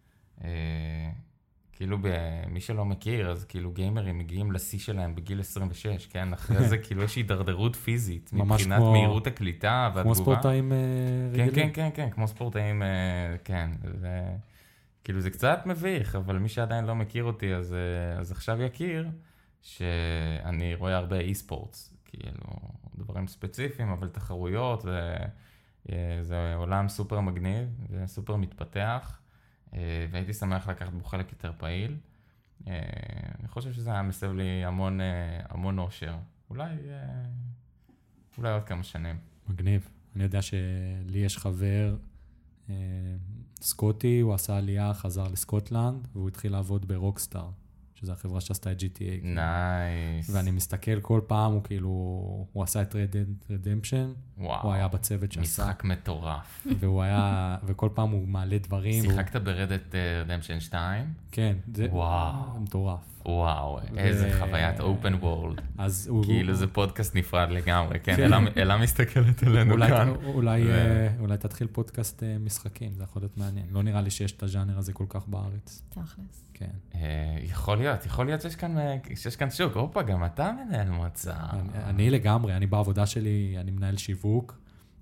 כאילו מי שלא מכיר, אז כאילו גיימרים מגיעים לשיא שלהם בגיל 26, כן? אחרי זה כאילו יש הידרדרות פיזית, מבחינת מהירות הקליטה והתגובה. כמו ספורטאים רגילים? כן, כן, כן, כמו ספורטאים, כן. כאילו זה קצת מביך, אבל מי שעדיין לא מכיר אותי, אז עכשיו יכיר, שאני רואה הרבה אי-ספורטס, כאילו דברים ספציפיים, אבל תחרויות, וזה עולם סופר מגניב וסופר מתפתח, והייתי שמח לקחת בו חלק יותר פעיל. אני חושב שזה היה מסב לי המון אושר. אולי עוד כמה שנים. מגניב. אני יודע שלי יש חבר סקוטי, הוא עשה עלייה, חזר לסקוטלנד, והוא התחיל לעבוד ברוקסטאר, שזו החברה שעשתה את GTA. נייס. ואני מסתכל כל פעם, הוא כאילו, הוא עשה את Red Dead Redemption, הוא היה בצוות שעשה. משחק מטורף. וכל פעם הוא מעלה דברים. שיחקת ב-Red Dead Redemption 2? כן, זה וואו. מטורף. וואו, איזה חוויית open world. אז כאילו זה פודקאסט נפרד לגמרי, כן, אלה מסתכלת עלינו כאן. אולי תתחיל פודקאסט משחקים, זה יכול להיות מעניין. לא נראה לי שיש את הז'אנר הזה כל כך בארץ. תכלס. כן. יכול להיות שיש כאן שוק. אופה, גם אתה מנהל מוצא. אני לגמרי, אני בעבודה שלי, אני מנהל שיווק,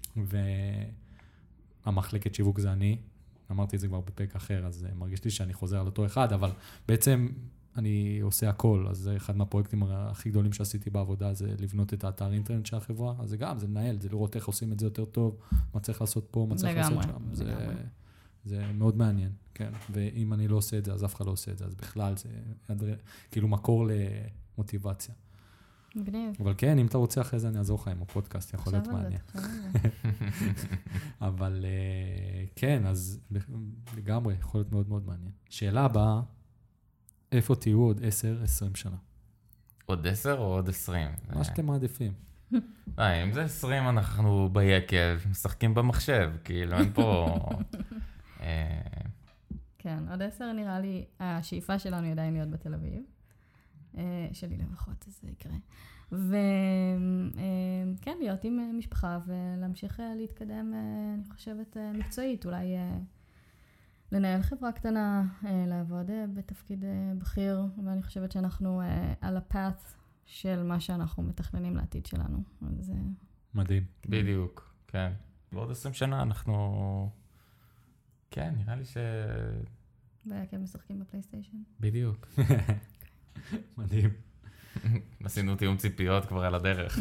והמחלקת שיווק זה אני. אמרתי את זה כבר בפרק אחר, אז מרגיש לי שאני חוזר על אותו אחד, אבל בעצם אני עושה הכל. אז זה אחד מהפרויקטים הכי גדולים שעשיתי בעבודה, זה לבנות את האתר אינטרנט של החברה. אז זה גם, זה מנהל, זה לראות איך עושים את זה יותר טוב, מה צריך לעשות פה, מה צריך לעשות שם. זה מאוד מעניין, כן. ואם אני לא עושה את זה, אז אף אחד לא עושה את זה. אז בכלל זה כאילו מקור למוטיבציה. מגניב. אבל כן, אם אתה רוצה אחרי זה, אני אעזור לך עם הפודקאסט, יכול להיות מעניין. אבל כן, אז לגמרי, יכול להיות מאוד מאוד מעניין. שאלה הבאה, איפה תהיו עוד 10-20 שנה? עוד 10 או עוד 20? מה שאתם מעדיפים. אם זה 20, אנחנו ביקב, משחקים במחשב, כאילו אין פה... כן, עוד 10 נראה לי, השאיפה שלנו היא עדיין להיות בתל אביב. שלי לפחות, אז זה יקרה. וכן, להיות עם משפחה ולהמשיך להתקדם, אני חושבת, מקצועית. אולי לנהל חברה קטנה, לעבוד בתפקיד בכיר, ואני חושבת שאנחנו על הפאט של מה שאנחנו מתכננים לעתיד שלנו. אז מדהים. בדיוק, כן. בעוד 20 שנה אנחנו... כן, נראה לי ש... ויקב משחקים בפלייסטיישן. בדיוק. מדהים. עשינו תיאום ציפיות כבר על הדרך.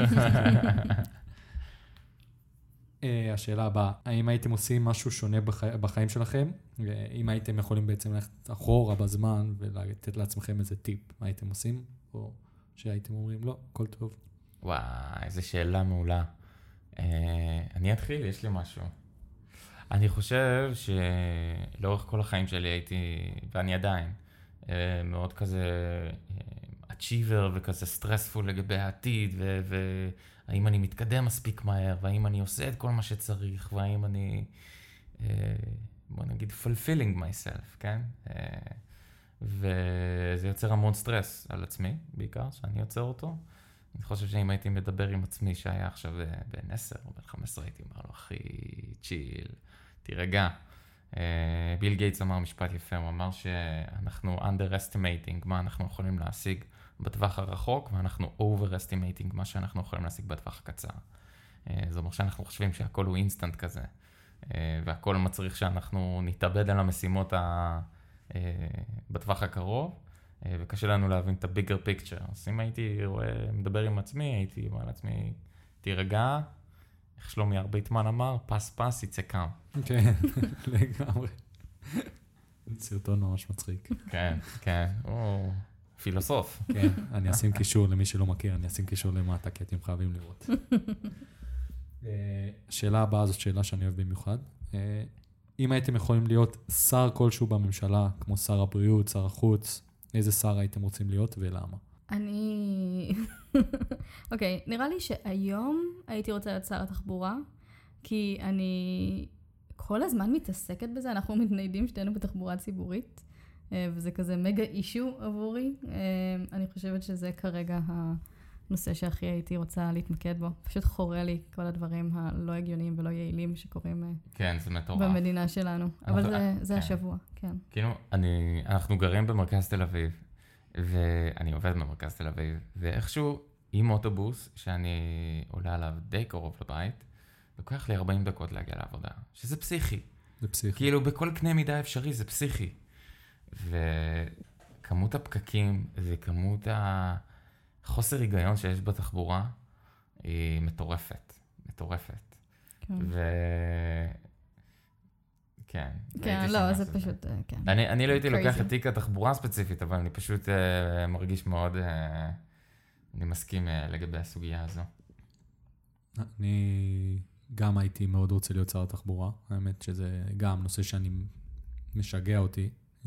השאלה הבאה, האם הייתם עושים משהו שונה בחיים שלכם? אם הייתם יכולים בעצם ללכת אחורה בזמן ולתת לעצמכם איזה טיפ, מה הייתם עושים? או שהייתם אומרים, לא, הכל טוב. וואי, איזו שאלה מעולה. אני אתחיל, יש לי משהו. אני חושב שלאורך כל החיים שלי הייתי, ואני עדיין, מאוד כזה achiever וכזה stressful לגבי העתיד, והאם אני מתקדם מספיק מהר, והאם אני עושה את כל מה שצריך, והאם אני, בוא נגיד, fulfilling myself, כן? וזה יוצר המון סטרס על עצמי, בעיקר, שאני יוצר אותו. אני חושב שאם הייתי מדבר עם עצמי שהיה עכשיו בן 10 או בן 15, הייתי אומר לו, אחי, צ'יל, תירגע. ביל גייטס אמר משפט יפה, הוא אמר שאנחנו underestimating מה אנחנו יכולים להשיג בטווח הרחוק, ואנחנו overestimating מה שאנחנו יכולים להשיג בטווח הקצר. זאת אומרת שאנחנו חושבים שהכל הוא אינסטנט כזה, והכל מצריך שאנחנו נתאבד על המשימות בטווח הקרוב, וקשה לנו להבין את ה-bigger picture. אז אם הייתי מדבר עם עצמי, הייתי אומר לעצמי, תירגע, איך שלומי ארביטמן אמר, פס יצא קם. כן, לגמרי. סרטון ממש מצחיק. כן, כן, הוא פילוסוף. כן, אני אשים קישור למי שלא מכיר, אני אשים קישור למטה, כי אתם חייבים לראות. השאלה הבאה זאת שאלה שאני אוהב במיוחד. אם הייתם יכולים להיות שר כלשהו בממשלה, כמו שר הבריאות, שר החוץ, איזה שר הייתם רוצים להיות ולמה? אוקיי, נראה לי שהיום הייתי רוצה להיות שר התחבורה, כי אני כל הזמן מתעסקת בזה, אנחנו מתניידים שתינו בתחבורה ציבורית, וזה כזה מגה אישו עבורי. אני חושבת שזה כרגע הנושא שהכי הייתי רוצה להתמקד בו. פשוט חורה לי כל הדברים הלא הגיוניים ולא יעילים שקורים כן, זה מטורף. במדינה שלנו. אבל זה השבוע, כן. כאילו, אנחנו גרים במרכז תל אביב, ואני עובד במרכז תל אביב, ואיכשהו עם אוטובוס שאני עולה עליו די קרוב לבית, לוקח לי 40 דקות להגיע לעבודה, שזה פסיכי. זה פסיכי. כאילו בכל קנה מידה אפשרי זה פסיכי. וכמות הפקקים וכמות החוסר היגיון שיש בתחבורה היא מטורפת. כן. כן. כן, לא, זה פשוט, כן. אני לא הייתי לוקח את תיק התחבורה הספציפית, אבל אני פשוט מרגיש מאוד, אני מסכים לגבי הסוגיה הזו. אני גם הייתי מאוד רוצה להיות שר התחבורה. האמת שזה גם נושא שאני משגע אותי.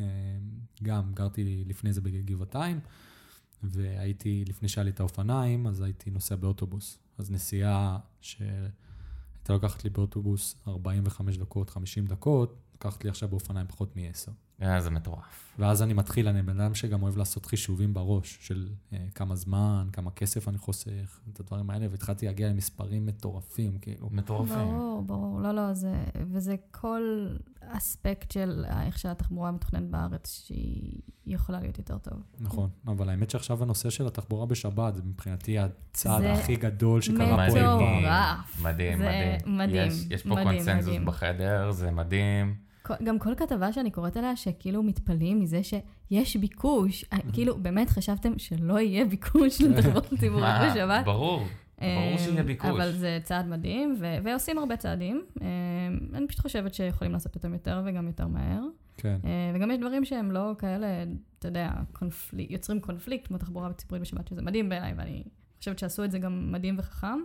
גם גרתי לפני זה בגבעתיים, והייתי, לפני שהיה לי את האופניים, אז הייתי נוסע באוטובוס. אז נסיעה שהייתה לוקחת לי באוטובוס 45 דקות, 50 דקות, לקחת לי עכשיו באופניים פחות מ-10. זה מטורף. ואז אני מתחיל, אני בן אדם שגם אוהב לעשות חישובים בראש, של כמה זמן, כמה כסף אני חוסך, את הדברים האלה, והתחלתי להגיע למספרים מטורפים, כאילו. מטורפים. ברור, לא, וזה כל אספקט של איך שהתחבורה מתוכננת בארץ, שהיא יכולה להיות יותר טוב. נכון, אבל האמת שעכשיו הנושא של התחבורה בשבת, זה מבחינתי הצעד הכי גדול שקרה פה. מטורף. מדהים. יש פה קונצנזוס בחדר, זה מדהים. גם כל כתבה שאני קוראת עליה, שכאילו מתפלאים מזה שיש ביקוש, כאילו באמת חשבתם שלא יהיה ביקוש לתחבורה ציבורית בשבת? ברור שיהיה ביקוש. אבל זה צעד מדהים, ועושים הרבה צעדים. אני פשוט חושבת שיכולים לעשות אותם יותר וגם יותר מהר. כן. וגם יש דברים שהם לא כאלה, אתה יודע, יוצרים קונפליקט כמו תחבורה ציבורית בשבת, שזה מדהים בעיניי, ואני חושבת שעשו את זה גם מדהים וחכם.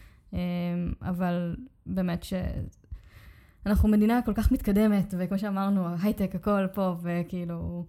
אבל באמת אנחנו מדינה כל כך מתקדמת, וכמו שאמרנו, הייטק, הכל פה, וכאילו,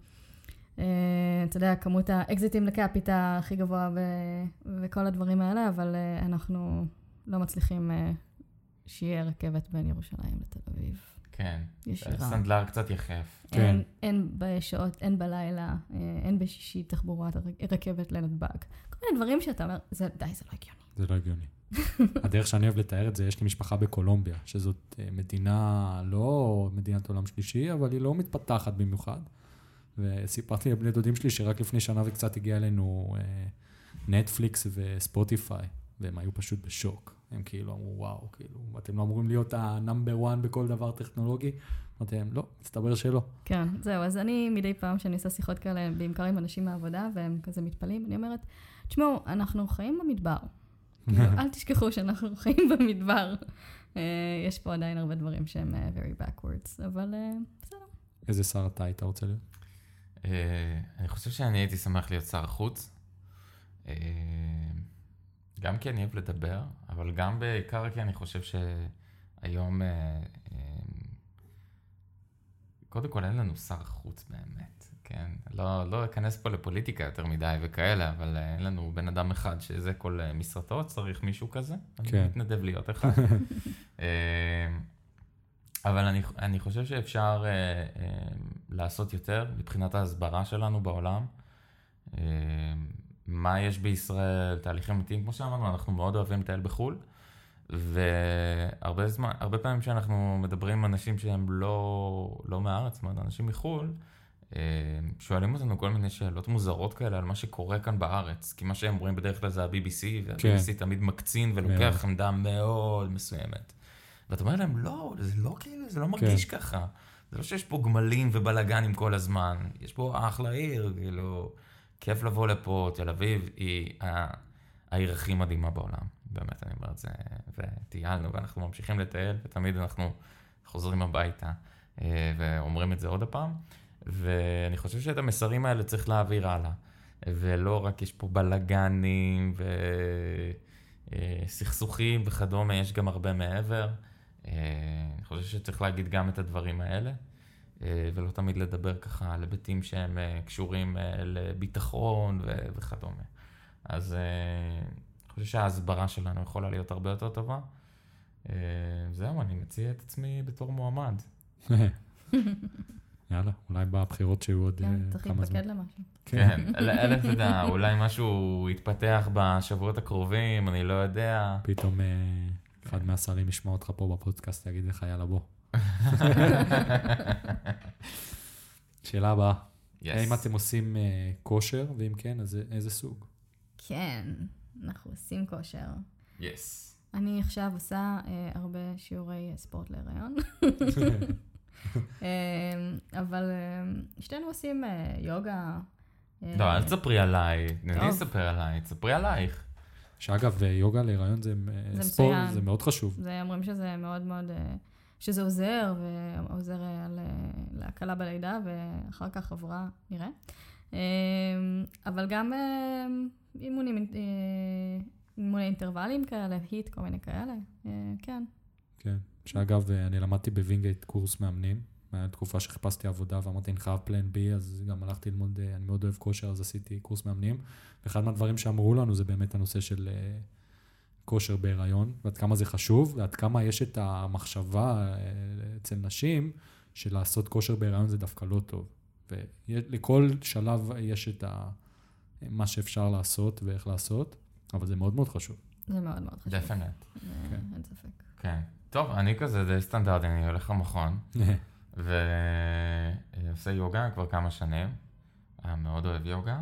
אתה יודע, כמות האקזיטים לקפיטה הכי גבוה, וכל הדברים האלה, אבל אנחנו לא מצליחים שיהיה רכבת בין ירושלים לתל אביב. כן, ישירה. סנדלר קצת יחף. כן. אין בשעות, אין בלילה, אין בשישי תחבורה, רכבת לנתב"ג. כל מיני דברים שאתה אומר, זה לא הגיוני. זה לא הגיוני. הדרך שאני אוהב לתאר את זה, יש לי משפחה בקולומביה, שזאת מדינה, לא מדינת עולם שלישי, אבל היא לא מתפתחת במיוחד. וסיפרתי לבני דודים שלי שרק לפני שנה וקצת הגיע אלינו נטפליקס וספוטיפיי, והם היו פשוט בשוק. הם כאילו אמרו, וואו, כאילו, אתם לא אמורים להיות ה-number one בכל דבר טכנולוגי? אמרתי להם, לא, מסתבר שלא. כן, זהו, אז אני מדי פעם שאני עושה שיחות כאלה, בעיקר עם אנשים מהעבודה, והם כזה מתפלים, אני אומרת, תשמעו, אנחנו חיים במדבר. אל תשכחו שאנחנו חיים במדבר. יש פה עדיין הרבה דברים שהם very backwards, אבל בסדר. איזה שר אתה היית רוצה להיות? אני חושב שאני הייתי שמח להיות שר החוץ. גם כי אני אוהב לדבר, אבל גם בעיקר כי אני חושב שהיום, קודם כל אין לנו שר חוץ באמת. כן, לא אכנס פה לפוליטיקה יותר מדי וכאלה, אבל אין לנו בן אדם אחד שזה כל משרתו, צריך מישהו כזה. כן. אני מתנדב להיות אחד. אבל אני חושב שאפשר לעשות יותר מבחינת ההסברה שלנו בעולם. מה יש בישראל, תהליכים אמיתיים, כמו שאמרנו, אנחנו מאוד אוהבים לטייל בחו"ל, והרבה פעמים שאנחנו מדברים עם אנשים שהם לא מהארץ, אנשים מחו"ל, שואלים אותנו כל מיני שאלות מוזרות כאלה על מה שקורה כאן בארץ, כי מה שהם רואים בדרך כלל זה ה-BBC, וה-BBC תמיד מקצין ולוקח עמדה מאוד מסוימת. ואתה אומר להם, לא, זה לא כאילו, זה לא מרגיש ככה. זה לא שיש פה גמלים ובלגנים כל הזמן, יש פה אחלה עיר, כאילו, כיף לבוא לפה, תל אביב היא העיר הכי מדהימה בעולם. באמת, אני אומר את זה, וטיילנו, ואנחנו ממשיכים לטייל, ותמיד אנחנו חוזרים הביתה, ואומרים את זה עוד הפעם. ואני חושב שאת המסרים האלה צריך להעביר הלאה. ולא רק יש פה בלגנים וסכסוכים וכדומה, יש גם הרבה מעבר. אני חושב שצריך להגיד גם את הדברים האלה, ולא תמיד לדבר ככה על היבטים שהם קשורים לביטחון וכדומה. אז אני חושב שההסברה שלנו יכולה להיות הרבה יותר טובה. זהו, אני מציע את עצמי בתור מועמד. יאללה, אולי בבחירות שהיו עוד כמה זמן. צריך להתפקד למשהו. כן, אלף תדע, אולי משהו יתפתח בשבועות הקרובים, אני לא יודע. פתאום אחד מהשרים ישמע אותך פה בפודקאסט, יגיד לך, יאללה בוא. שאלה הבאה. האם אתם עושים כושר, ואם כן, אז איזה סוג? כן, אנחנו עושים כושר. יס. אני עכשיו עושה הרבה שיעורי ספורט להיריון. אבל שתינו עושים יוגה, לא, אל תספרי עליי, אני אספר עליי, תספרי עלייך. שאגב, יוגה להיריון זה ספורט, זה מאוד חשוב. זה אומרים שזה מאוד מאוד, שזה עוזר, ועוזר להקלה בלידה, ואחר כך עברה, נראה. אבל גם אימוני אינטרוולים כאלה, היט, כל מיני כאלה, כן. כן, שאגב, אני למדתי בווינגייט קורס מאמנים, תקופה שחיפשתי עבודה ואמרתי, אני חייב פלן בי, אז גם הלכתי ללמוד, אני מאוד אוהב כושר, אז עשיתי קורס מאמנים, ואחד מהדברים שאמרו לנו זה באמת הנושא של כושר בהיריון, ועד כמה זה חשוב, ועד כמה יש את המחשבה אצל נשים, של לעשות כושר בהיריון זה דווקא לא טוב. ולכל שלב יש את מה שאפשר לעשות ואיך לעשות, אבל זה מאוד מאוד חשוב. זה מאוד מאוד חשוב. דפנט. אין ספק. כן. טוב, אני כזה די סטנדרטי, אני הולך למכון, ועושה יוגה כבר כמה שנים. מאוד אוהב יוגה.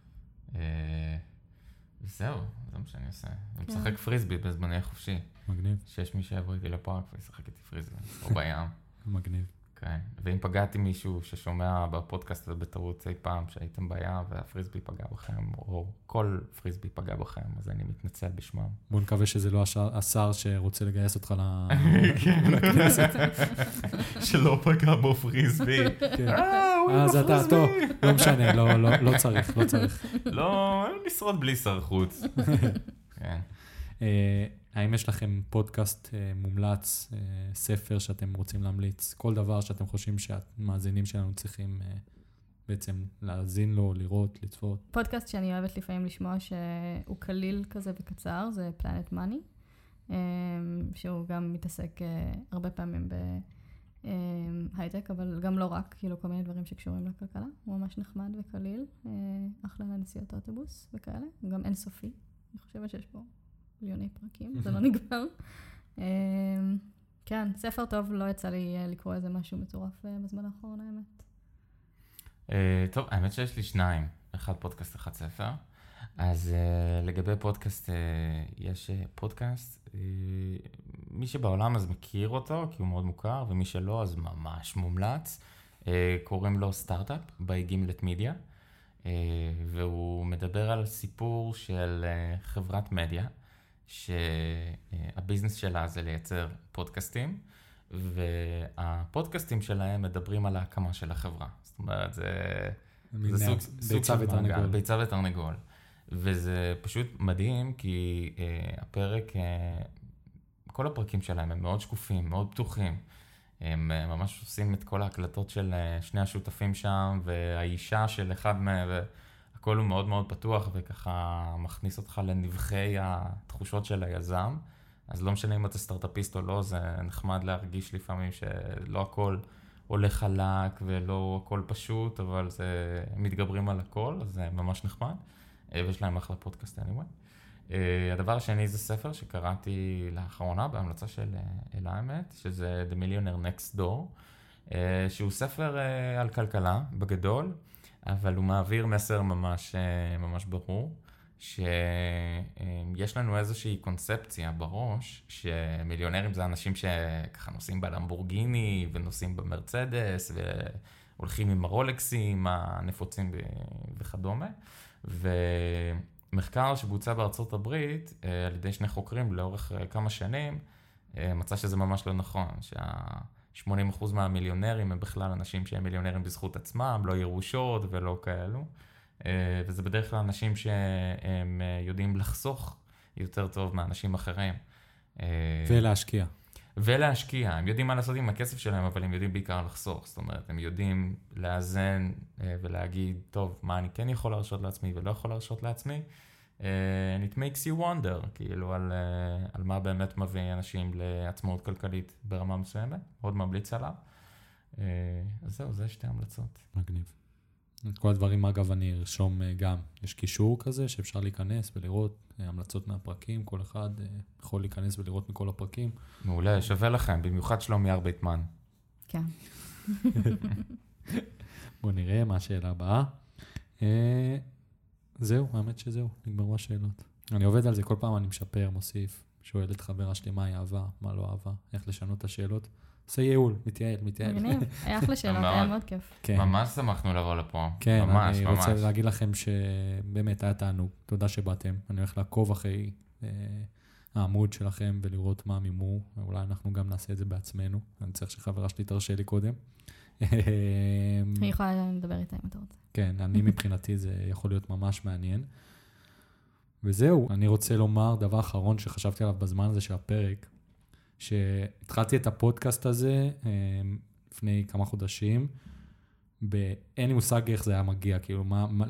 וזהו, זה מה שאני עושה. אני משחק פריסבי בזמני החופשי. מגניב. שיש מי שיבוא איתי לפארק וישחק איתי פריסבי, או בים. מגניב. כן, ואם פגעתי מישהו ששומע בפודקאסט הזה בטעות אי פעם שהייתם בים והפריסבי פגע בכם, או כל פריסבי פגע בכם, אז אני מתנצל בשמם. בוא נקווה שזה לא השר שרוצה לגייס אותך לכנסת. שלא פגע בו פריסבי. אז אתה, טוב, לא משנה, לא צריך, לא צריך. לא, נשרוד בלי שר חוץ. כן. האם יש לכם פודקאסט מומלץ, ספר שאתם רוצים להמליץ, כל דבר שאתם חושבים שהמאזינים שלנו צריכים בעצם להאזין לו, לראות, לצפות? פודקאסט שאני אוהבת לפעמים לשמוע שהוא קליל כזה וקצר, זה Planet Money, שהוא גם מתעסק הרבה פעמים בהייטק, אבל גם לא רק, כאילו כל מיני דברים שקשורים לכלכלה. הוא ממש נחמד וקליל, אחלה לנסיעות אוטובוס וכאלה, הוא גם אינסופי, אני חושבת שיש בו מיליוני פרקים, זה לא נגמר. כן, ספר טוב, לא יצא לי לקרוא איזה משהו מטורף בזמן האחרון, האמת. טוב, האמת שיש לי שניים, אחד פודקאסט, אחד ספר. אז לגבי פודקאסט, יש פודקאסט, מי שבעולם אז מכיר אותו, כי הוא מאוד מוכר, ומי שלא אז ממש מומלץ. קוראים לו סטארט-אפ, by Gimlet Media, והוא מדבר על סיפור של חברת מדיה, שהביזנס שלה זה לייצר פודקאסטים, והפודקאסטים שלהם מדברים על ההקמה של החברה. זאת אומרת, זה סוג של מעגל, ביצה ותרנגול. וזה פשוט מדהים, כי כל הפרקים שלהם הם מאוד שקופים, מאוד פתוחים. הם ממש עושים את כל ההקלטות של שני השותפים שם, והאישה של אחד מהם, הכל הוא מאוד מאוד פתוח, וככה מכניס אותך לנבחי התחושות של היזם. אז לא משנה אם אתה סטארט-אפיסט או לא, זה נחמד להרגיש לפעמים שלא הכל הולך חלק ולא הכל פשוט, אבל זה מתגברים על הכל, אז זה ממש נחמד. ויש להם אחלה פודקאסט anyway. הדבר השני זה ספר שקראתי לאחרונה בהמלצה של אלה האמת, שזה The Millionaire Next Door, שהוא ספר על כלכלה בגדול, אבל הוא מעביר מסר ממש ברור, שיש לנו איזושהי קונספציה בראש, שמיליונרים זה אנשים שככה נוסעים בלמבורגיני, ונוסעים במרצדס, והולכים עם הרולקסים הנפוצים וכדומה. ומחקר שבוצע בארצות הברית, על ידי שני חוקרים לאורך כמה שנים, מצא שזה ממש לא נכון, 80% מהמיליונרים הם בכלל אנשים שהם מיליונרים בזכות עצמם, לא ירושות ולא כאלו. וזה בדרך כלל אנשים שהם יודעים לחסוך יותר טוב מאנשים אחרים. ולהשקיע. ולהשקיע. הם יודעים מה לעשות עם הכסף שלהם, אבל הם יודעים בעיקר לחסוך. זאת אומרת, הם יודעים לאזן ולהגיד, טוב, מה אני כן יכול להרשות לעצמי ולא יכול להרשות לעצמי. And it makes you wonder, כאילו, על מה באמת מביא אנשים לעצמאות כלכלית ברמה מסוימת. עוד ממליץ עליו. אז זהו, זה שתי המלצות. מגניב. את כל הדברים, אגב, אני ארשום גם. יש קישור כזה שאפשר להיכנס ולראות המלצות מהפרקים. כל אחד יכול להיכנס ולראות מכל הפרקים. מעולה, שווה לכם, במיוחד שלומי ארביטמן. כן. בואו נראה מה השאלה הבאה. זהו, האמת שזהו, נגמרו השאלות. אני עובד על זה, כל פעם אני משפר, מוסיף, שואל את חברה שלי מה היא אהבה, מה לא אהבה, איך לשנות את השאלות. עושה ייעול, מתייעל. מגניב, היה אחלה שאלות, היה מאוד כיף. כן. ממש שמחנו לבוא לפה. כן, ממש, אני ממש. רוצה להגיד לכם שבאמת היה תענוג. תודה שבאתם. אני הולך לעקוב אחרי העמוד שלכם ולראות מה המימור. אולי אנחנו גם נעשה את זה בעצמנו. אני צריך שחברה שלי תרשה לי קודם. אני יכולה לדבר איתה אם אתה רוצה. כן, אני מבחינתי זה יכול להיות ממש מעניין. וזהו, אני רוצה לומר דבר אחרון שחשבתי עליו בזמן הזה של הפרק, שהתחלתי את הפודקאסט הזה לפני כמה חודשים, אין לי מושג איך זה היה מגיע, כאילו,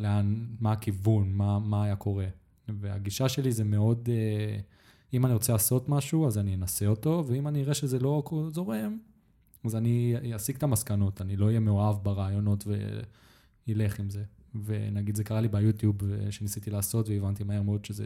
מה הכיוון, מה היה קורה. והגישה שלי זה מאוד, אם אני רוצה לעשות משהו, אז אני אנסה אותו, ואם אני אראה שזה לא זורם, אז אני אסיק את המסקנות, אני לא אהיה מאוהב ברעיונות וילך עם זה. ונגיד, זה קרה לי ביוטיוב שניסיתי לעשות, והבנתי מהר מאוד שזה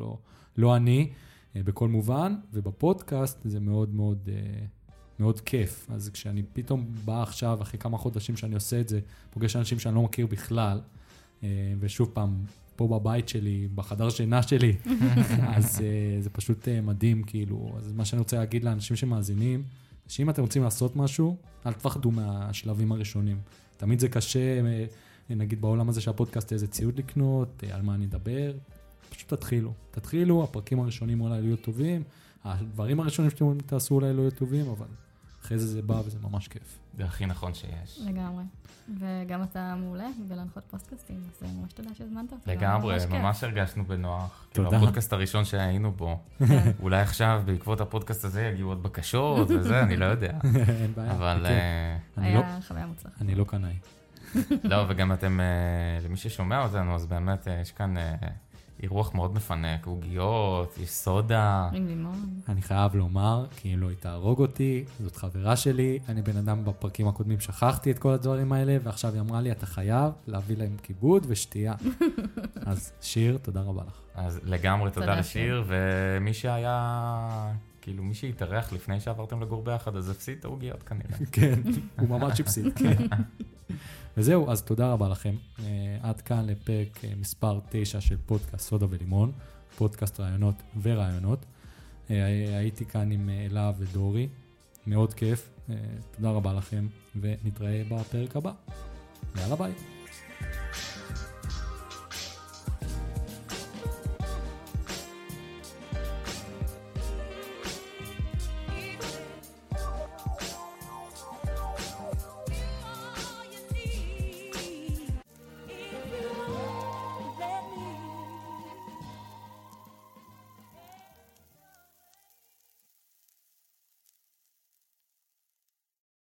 לא אני, בכל מובן, ובפודקאסט זה מאוד מאוד, מאוד כיף. אז כשאני פתאום בא עכשיו, אחרי כמה חודשים שאני עושה את זה, פוגש אנשים שאני לא מכיר בכלל, ושוב פעם, פה בבית שלי, בחדר שינה שלי, אז זה פשוט מדהים, כאילו. אז מה שאני רוצה להגיד לאנשים שמאזינים, שאם אתם רוצים לעשות משהו, אל תפחדו מהשלבים הראשונים. תמיד זה קשה, נגיד בעולם הזה שהפודקאסט איזה ציוד לקנות, על מה אני אדבר, פשוט תתחילו, הפרקים הראשונים אולי לא יהיו טובים, הדברים הראשונים שאתם תעשו אולי לא יהיו טובים, אבל אחרי זה בא וזה ממש כיף. זה הכי נכון שיש. לגמרי. וגם אתה מעולה בלהנחות פודקאסטים, אז ממש תודה שהזמנת אותי. לגמרי, ממש הרגשנו בנוח. תודה. הפודקאסט הראשון שהיינו בו. אולי עכשיו, בעקבות הפודקאסט הזה, יגיעו עוד בקשות וזה, אני לא יודע. אין בעיה. אבל... היה חוויה מוצלחת. אני לא קנאי. לא, וגם אתם, למי ששומע אותנו, אז באמת יש כאן אירוח מאוד מפנק, עוגיות, יש סודה. עם לימון. אני חייב לומר, כי אם לא היא תהרוג אותי, זאת חברה שלי, אני בן אדם בפרקים הקודמים שכחתי את כל הדברים האלה, ועכשיו היא אמרה לי, אתה חייב להביא להם כיבוד ושתייה. אז שיר, תודה רבה לך. אז לגמרי תודה לשיר, ומי שהיה, כאילו מי שהתארח לפני שעברתם לגור ביחד, אז הפסיד את העוגיות כנראה. כן, הוא ממש הפסיד, כן. וזהו, אז תודה רבה לכם. עד כאן לפרק מספר 9 של פודקאסט סודה ולימון, פודקאסט רעיונות ורעיונות. הייתי כאן עם אלה ודורי, מאוד כיף. תודה רבה לכם, ונתראה בפרק הבא. יאללה ביי.